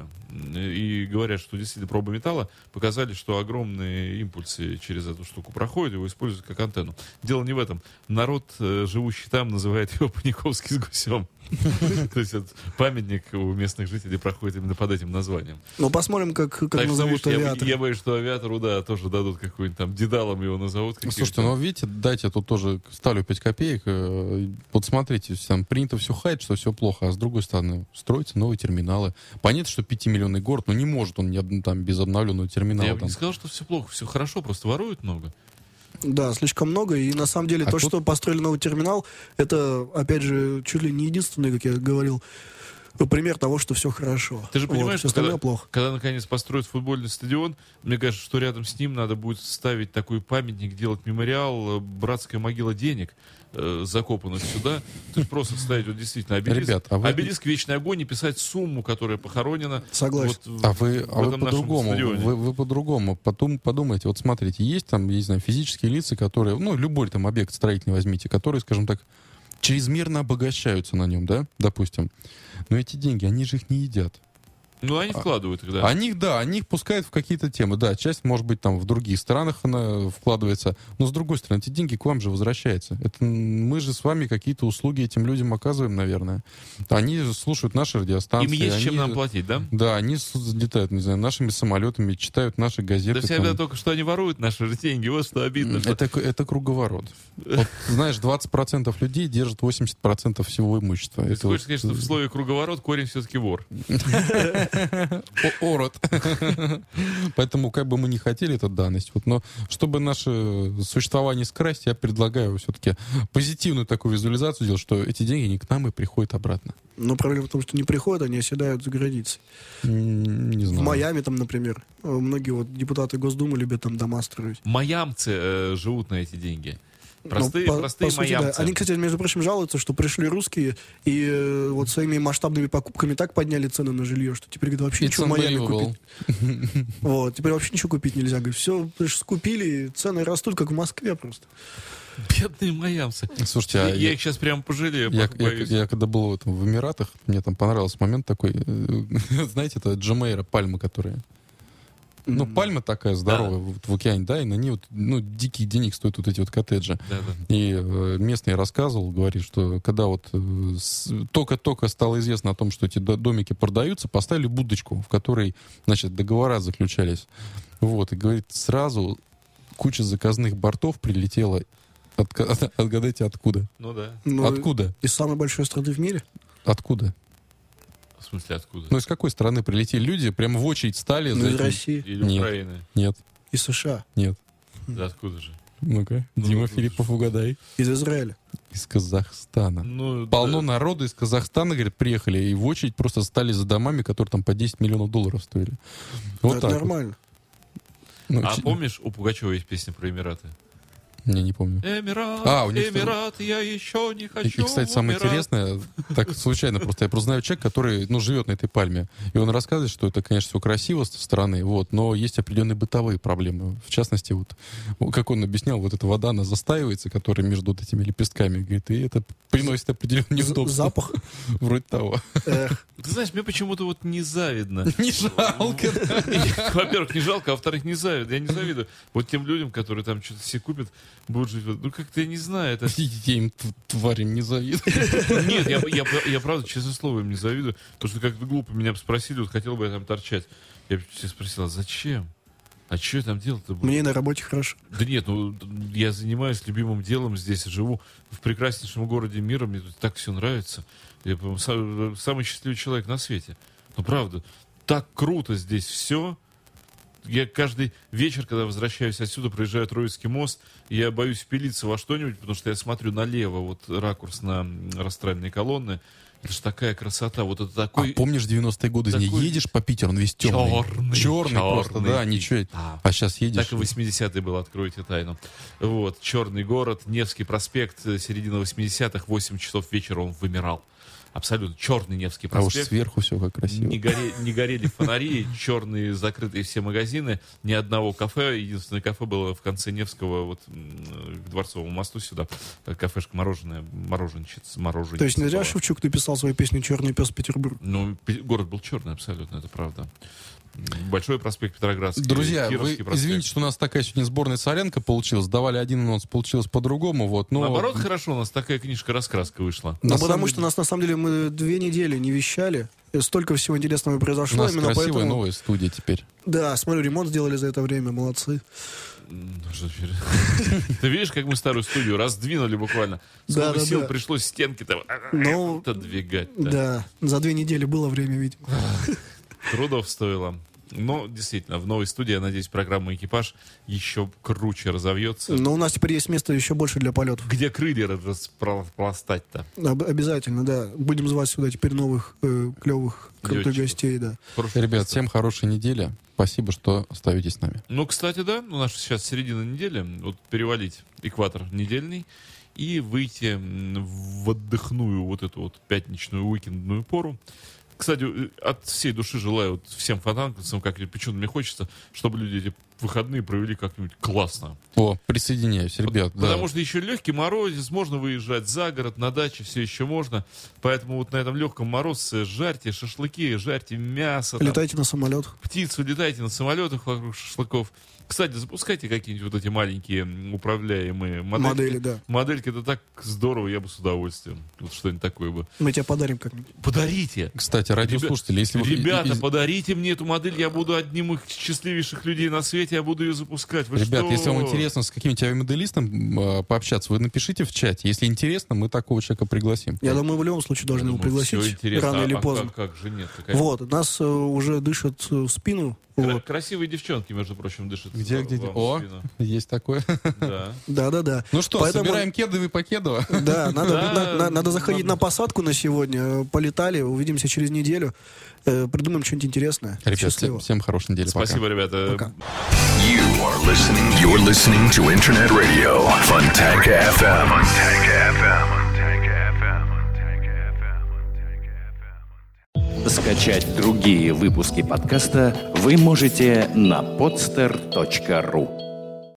[SPEAKER 3] и говорят, что действительно пробы металла показали, что огромные импульсы через эту штуку проходят, его используют как антенну. Дело не в этом. Народ, живущий там, называет его Паниковский с гусем. То есть этот памятник у местных жителей проходит именно под этим названием.
[SPEAKER 6] Ну, посмотрим, как
[SPEAKER 3] Так что,
[SPEAKER 6] назовут
[SPEAKER 3] видишь,
[SPEAKER 6] «Авиатор».
[SPEAKER 3] я боюсь, что авиатору, да, тоже дадут какой-нибудь там дедалом его назовут.
[SPEAKER 4] Ну, слушайте, ну видите, дайте тут тоже ставлю 5 копеек. Вот смотрите, там принято все хаять, что все плохо, а с другой стороны, строятся новые терминалы. Понятно, что 5-миллионный город, но не может он там без обновленного терминала.
[SPEAKER 3] Я бы
[SPEAKER 4] там.
[SPEAKER 3] не сказал, что все плохо, все хорошо, просто воруют много.
[SPEAKER 6] Да, слишком много. И на самом деле
[SPEAKER 4] А
[SPEAKER 6] то,
[SPEAKER 4] тут-
[SPEAKER 6] что построили новый терминал, это, опять же, чуть ли не единственный, как я говорил, пример того, что все хорошо.
[SPEAKER 3] Ты же понимаешь,
[SPEAKER 6] все
[SPEAKER 3] что
[SPEAKER 6] остальное плохо.
[SPEAKER 3] когда наконец построят футбольный стадион, мне кажется, что рядом с ним надо будет ставить такой памятник, делать мемориал, братская могила денег, закопанных сюда. То есть просто ставить вот действительно обелиск,
[SPEAKER 4] Ребят, а вы-
[SPEAKER 3] обелиск вечный огонь и писать сумму, которая похоронена.
[SPEAKER 6] Согласен.
[SPEAKER 3] Вот
[SPEAKER 4] А вы
[SPEAKER 3] этом нашем
[SPEAKER 4] по-другому,
[SPEAKER 3] стадионе.
[SPEAKER 4] вы по-другому подумайте. Вот смотрите, есть там, я не знаю, физические лица, которые, ну, любой там объект строительный возьмите, которые, скажем так, чрезмерно обогащаются на нем, да, допустим. Но эти деньги, они же их не едят.
[SPEAKER 3] Ну, они вкладывают их, да.
[SPEAKER 4] Они их пускают в какие-то темы. Да, часть, может быть, там в других странах она вкладывается. Но, с другой стороны, эти деньги к вам же возвращаются. Это мы же с вами какие-то услуги этим людям оказываем, наверное. Они слушают наши радиостанции.
[SPEAKER 3] Им есть чем
[SPEAKER 4] они,
[SPEAKER 3] нам платить, да?
[SPEAKER 4] Да, они летают, не знаю, нашими самолетами, читают наши газеты.
[SPEAKER 3] Да всегда только что они воруют наши же деньги. Вот что обидно. что-
[SPEAKER 4] Это круговорот. Вот, знаешь, 20% людей держат 80% всего имущества.
[SPEAKER 3] Ты
[SPEAKER 4] Это
[SPEAKER 3] хочешь
[SPEAKER 4] вот,
[SPEAKER 3] сказать, что в слове круговорот корень все-таки вор?
[SPEAKER 4] Ород. Поэтому, как бы мы не хотели, это данность. Вот, но чтобы наше существование скрасть, я предлагаю все-таки позитивную такую визуализацию делать, что эти деньги не к нам и приходят обратно.
[SPEAKER 6] Но проблема в том, что не приходят, они оседают за границей.
[SPEAKER 4] Не
[SPEAKER 6] В
[SPEAKER 4] знаю.
[SPEAKER 6] Майами там, например, многие вот депутаты Госдумы любят там дома строить.
[SPEAKER 3] Майамцы живут на эти деньги. Простые,
[SPEAKER 6] Ну,
[SPEAKER 3] простые
[SPEAKER 6] по сути, да.
[SPEAKER 3] майамцы.
[SPEAKER 6] Они, кстати, между прочим, жалуются, что пришли русские и вот своими масштабными покупками так подняли цены на жилье, что теперь, говорит, вообще ничего в Майами купить. Вот, теперь вообще ничего купить нельзя. Говорит, все скупили, цены растут, как в Москве просто.
[SPEAKER 3] Бедные майамцы.
[SPEAKER 4] Слушайте, а
[SPEAKER 3] Я их сейчас прям пожалею,
[SPEAKER 4] Я
[SPEAKER 3] боюсь.
[SPEAKER 4] когда был в Эмиратах, мне там понравился момент такой, знаете, это Джумейра, пальма, которая... Ну, пальма такая здоровая в океане, да, и на ней вот, ну, диких денег стоят вот эти вот коттеджи.
[SPEAKER 3] Да, да.
[SPEAKER 4] И местный рассказывал, говорит, что когда вот только-только стало известно о том, что эти домики продаются, поставили будочку, в которой, значит, договора заключались. Вот, и говорит, сразу куча заказных бортов прилетела. Отгадайте, откуда?
[SPEAKER 3] Ну да.
[SPEAKER 6] Ну,
[SPEAKER 4] Откуда?
[SPEAKER 6] Из самой большой страны в мире?
[SPEAKER 4] Откуда?
[SPEAKER 3] В смысле, откуда?
[SPEAKER 4] Ну, из какой страны прилетели люди? Прямо в очередь стали
[SPEAKER 6] Ну,
[SPEAKER 4] за
[SPEAKER 6] из
[SPEAKER 4] этим?
[SPEAKER 6] России,
[SPEAKER 3] Или
[SPEAKER 4] Нет.
[SPEAKER 3] Украины?
[SPEAKER 4] Нет,
[SPEAKER 6] из США,
[SPEAKER 4] нет.
[SPEAKER 3] Да откуда же?
[SPEAKER 4] Ну-ка, Дима Филиппов, угадай.
[SPEAKER 6] из Израиля.
[SPEAKER 4] Из Казахстана.
[SPEAKER 3] Ну,
[SPEAKER 4] Полно
[SPEAKER 3] да.
[SPEAKER 4] народу из Казахстана, говорит, приехали, и в очередь просто стали за домами, которые там по 10 миллионов долларов стоили.
[SPEAKER 6] Ну,
[SPEAKER 4] Вот
[SPEAKER 6] это
[SPEAKER 4] так вот.
[SPEAKER 6] нормально.
[SPEAKER 4] Ну,
[SPEAKER 3] А помнишь, у Пугачева есть песня про Эмираты?
[SPEAKER 4] Я не помню.
[SPEAKER 3] Эмират,
[SPEAKER 4] у них
[SPEAKER 3] Эмират, я еще не
[SPEAKER 4] И,
[SPEAKER 3] хочу
[SPEAKER 4] кстати, самое
[SPEAKER 3] умирать.
[SPEAKER 4] интересное, так случайно просто, я просто знаю человека, который, ну, живет на этой пальме, и он рассказывает, что это, конечно, все красиво со стороны, вот, но есть определенные бытовые проблемы. В частности, вот, как он объяснял, вот эта вода, она застаивается, которая между вот этими лепестками, говорит, и это приносит определенное неудобство.
[SPEAKER 6] Запах.
[SPEAKER 4] Вроде того.
[SPEAKER 6] Эх,
[SPEAKER 3] Ты знаешь, мне почему-то вот не завидно.
[SPEAKER 4] Не жалко.
[SPEAKER 3] Во-первых, не жалко, а во-вторых, не завидно. Я не завидую. Вот тем людям, которые там что-то себе купят, будут жить. Ну, как-то я не знаю. Это...
[SPEAKER 4] Я им, тварям, не завидую.
[SPEAKER 3] Нет, я правда, честное слово, им не завидую. Потому что как-то глупо меня бы спросили, вот хотел бы я там торчать. Я бы тебя спросил, а зачем? А что я там делать-то буду?
[SPEAKER 6] мне на работе хорошо.
[SPEAKER 3] Да нет, ну, я занимаюсь любимым делом здесь, живу в прекраснейшем городе мира, мне тут так все нравится. Я, по-моему, самый счастливый человек на свете. Ну, правда, так круто здесь все. Я каждый вечер, когда возвращаюсь отсюда, проезжаю Троицкий мост, я боюсь впилиться во что-нибудь, потому что я смотрю налево, вот ракурс на растральные колонны. Это же такая красота, вот это такой...
[SPEAKER 4] А помнишь 90-е годы,
[SPEAKER 3] такой
[SPEAKER 4] едешь по Питеру, он весь темный. Черный просто,
[SPEAKER 3] черный.
[SPEAKER 4] да, ничего.
[SPEAKER 3] Да.
[SPEAKER 4] А сейчас едешь...
[SPEAKER 3] Так и 80-е было, откройте тайну. Вот, черный город, Невский проспект, середина 80-х, 8 часов вечера он вымирал. Абсолютно черный Невский
[SPEAKER 4] А уж
[SPEAKER 3] проспект.
[SPEAKER 4] сверху все как красиво.
[SPEAKER 3] Не горели фонари, черные закрытые все магазины, ни одного кафе. Единственное кафе было в конце Невского, вот к Дворцовому мосту сюда. Кафешка мороженщица.
[SPEAKER 6] То есть не зря
[SPEAKER 3] была.
[SPEAKER 6] Шевчук написал свою песню «Черный пес Петербург».
[SPEAKER 3] Ну, город был черный абсолютно, это правда. Большой проспект Петроградский.
[SPEAKER 4] Друзья, вы
[SPEAKER 3] Кировский проспект.
[SPEAKER 4] извините, что у нас такая сегодня сборная солянка получилась. Давали один анонс, получилось по-другому. Вот, но...
[SPEAKER 3] Наоборот, хорошо, у нас такая книжка-раскраска вышла.
[SPEAKER 4] На
[SPEAKER 6] Ну,
[SPEAKER 4] самом
[SPEAKER 6] потому
[SPEAKER 4] деле-
[SPEAKER 6] что нас, на самом деле, мы 2 недели не вещали. И столько всего интересного
[SPEAKER 4] У
[SPEAKER 6] произошло.
[SPEAKER 4] нас
[SPEAKER 6] Именно
[SPEAKER 4] красивая
[SPEAKER 6] поэтому...
[SPEAKER 4] новая студия теперь.
[SPEAKER 6] Да, смотрю, ремонт сделали за это время, молодцы.
[SPEAKER 3] Ты видишь, как мы старую студию раздвинули буквально? Сколько
[SPEAKER 6] Да.
[SPEAKER 3] сил пришлось стенки-то
[SPEAKER 6] Ну,
[SPEAKER 3] отодвигать.
[SPEAKER 6] да, за 2 недели было время, видимо.
[SPEAKER 3] Трудов стоило. Но, действительно, в новой студии, я надеюсь, программа «Экипаж» еще круче разовьется.
[SPEAKER 6] Но у нас теперь есть место еще больше для полетов.
[SPEAKER 3] Где крылья распластать-то?
[SPEAKER 6] Обязательно, да. Будем звать сюда теперь новых клевых, крутых
[SPEAKER 3] Летчиков.
[SPEAKER 6] гостей, да.
[SPEAKER 4] Ребят, всем хорошей недели. Спасибо, что остаетесь с нами.
[SPEAKER 3] Ну, кстати, да, у нас сейчас середина недели. Вот перевалить экватор недельный и выйти в отдыхную вот эту вот пятничную уикендную пору. Кстати, от всей души желаю вот всем фанатам, как почему-то мне хочется, чтобы люди эти выходные провели как-нибудь классно.
[SPEAKER 4] О, присоединяюсь, ребят.
[SPEAKER 3] Потому что еще легкий морозец, можно выезжать за город, на даче, все еще можно. Поэтому вот на этом легком морозце жарьте шашлыки, жарьте мясо. там,
[SPEAKER 6] Летайте на самолет.
[SPEAKER 3] птицу, летайте на самолетах вокруг шашлыков. Кстати, запускайте какие-нибудь вот эти маленькие управляемые модельки.
[SPEAKER 6] Модели, да.
[SPEAKER 3] Модельки, это так здорово, я бы с удовольствием. Вот что-нибудь такое бы.
[SPEAKER 6] Мы тебе подарим как-нибудь.
[SPEAKER 3] Подарите!
[SPEAKER 4] Кстати, радиослушатели, если вы...
[SPEAKER 3] Ребята, подарите мне эту модель, я буду одним из счастливейших людей на свете, я буду ее запускать. Вы
[SPEAKER 4] Ребят,
[SPEAKER 3] что?
[SPEAKER 4] если вам интересно с каким-нибудь авиамоделистом пообщаться, вы напишите в чате. Если интересно, мы такого человека пригласим.
[SPEAKER 6] Я думаю, в любом случае должны его пригласить.
[SPEAKER 3] Все интересно.
[SPEAKER 6] Рано или поздно.
[SPEAKER 3] Как же нет? Такая-
[SPEAKER 6] Вот, нас уже дышат в спину. Вот.
[SPEAKER 3] Красивые девчонки, между прочим, дышат.
[SPEAKER 4] Где?
[SPEAKER 3] вам в
[SPEAKER 4] О,
[SPEAKER 3] спину.
[SPEAKER 4] есть такое.
[SPEAKER 3] Да.
[SPEAKER 6] Да.
[SPEAKER 4] Ну что,
[SPEAKER 6] Поэтому-
[SPEAKER 4] собираем кедовый по кедово.
[SPEAKER 6] Да,
[SPEAKER 3] Да,
[SPEAKER 6] надо заходить на посадку на сегодня. Полетали, увидимся через неделю. Придумаем что-нибудь интересное.
[SPEAKER 4] Ребят,
[SPEAKER 6] Счастливо.
[SPEAKER 4] всем хорошей недели. Пока.
[SPEAKER 3] Спасибо, ребята.
[SPEAKER 6] Пока.
[SPEAKER 2] You're listening to Internet Radio, Fontanka FM.
[SPEAKER 1] Скачать другие выпуски подкаста вы можете на podster.ru.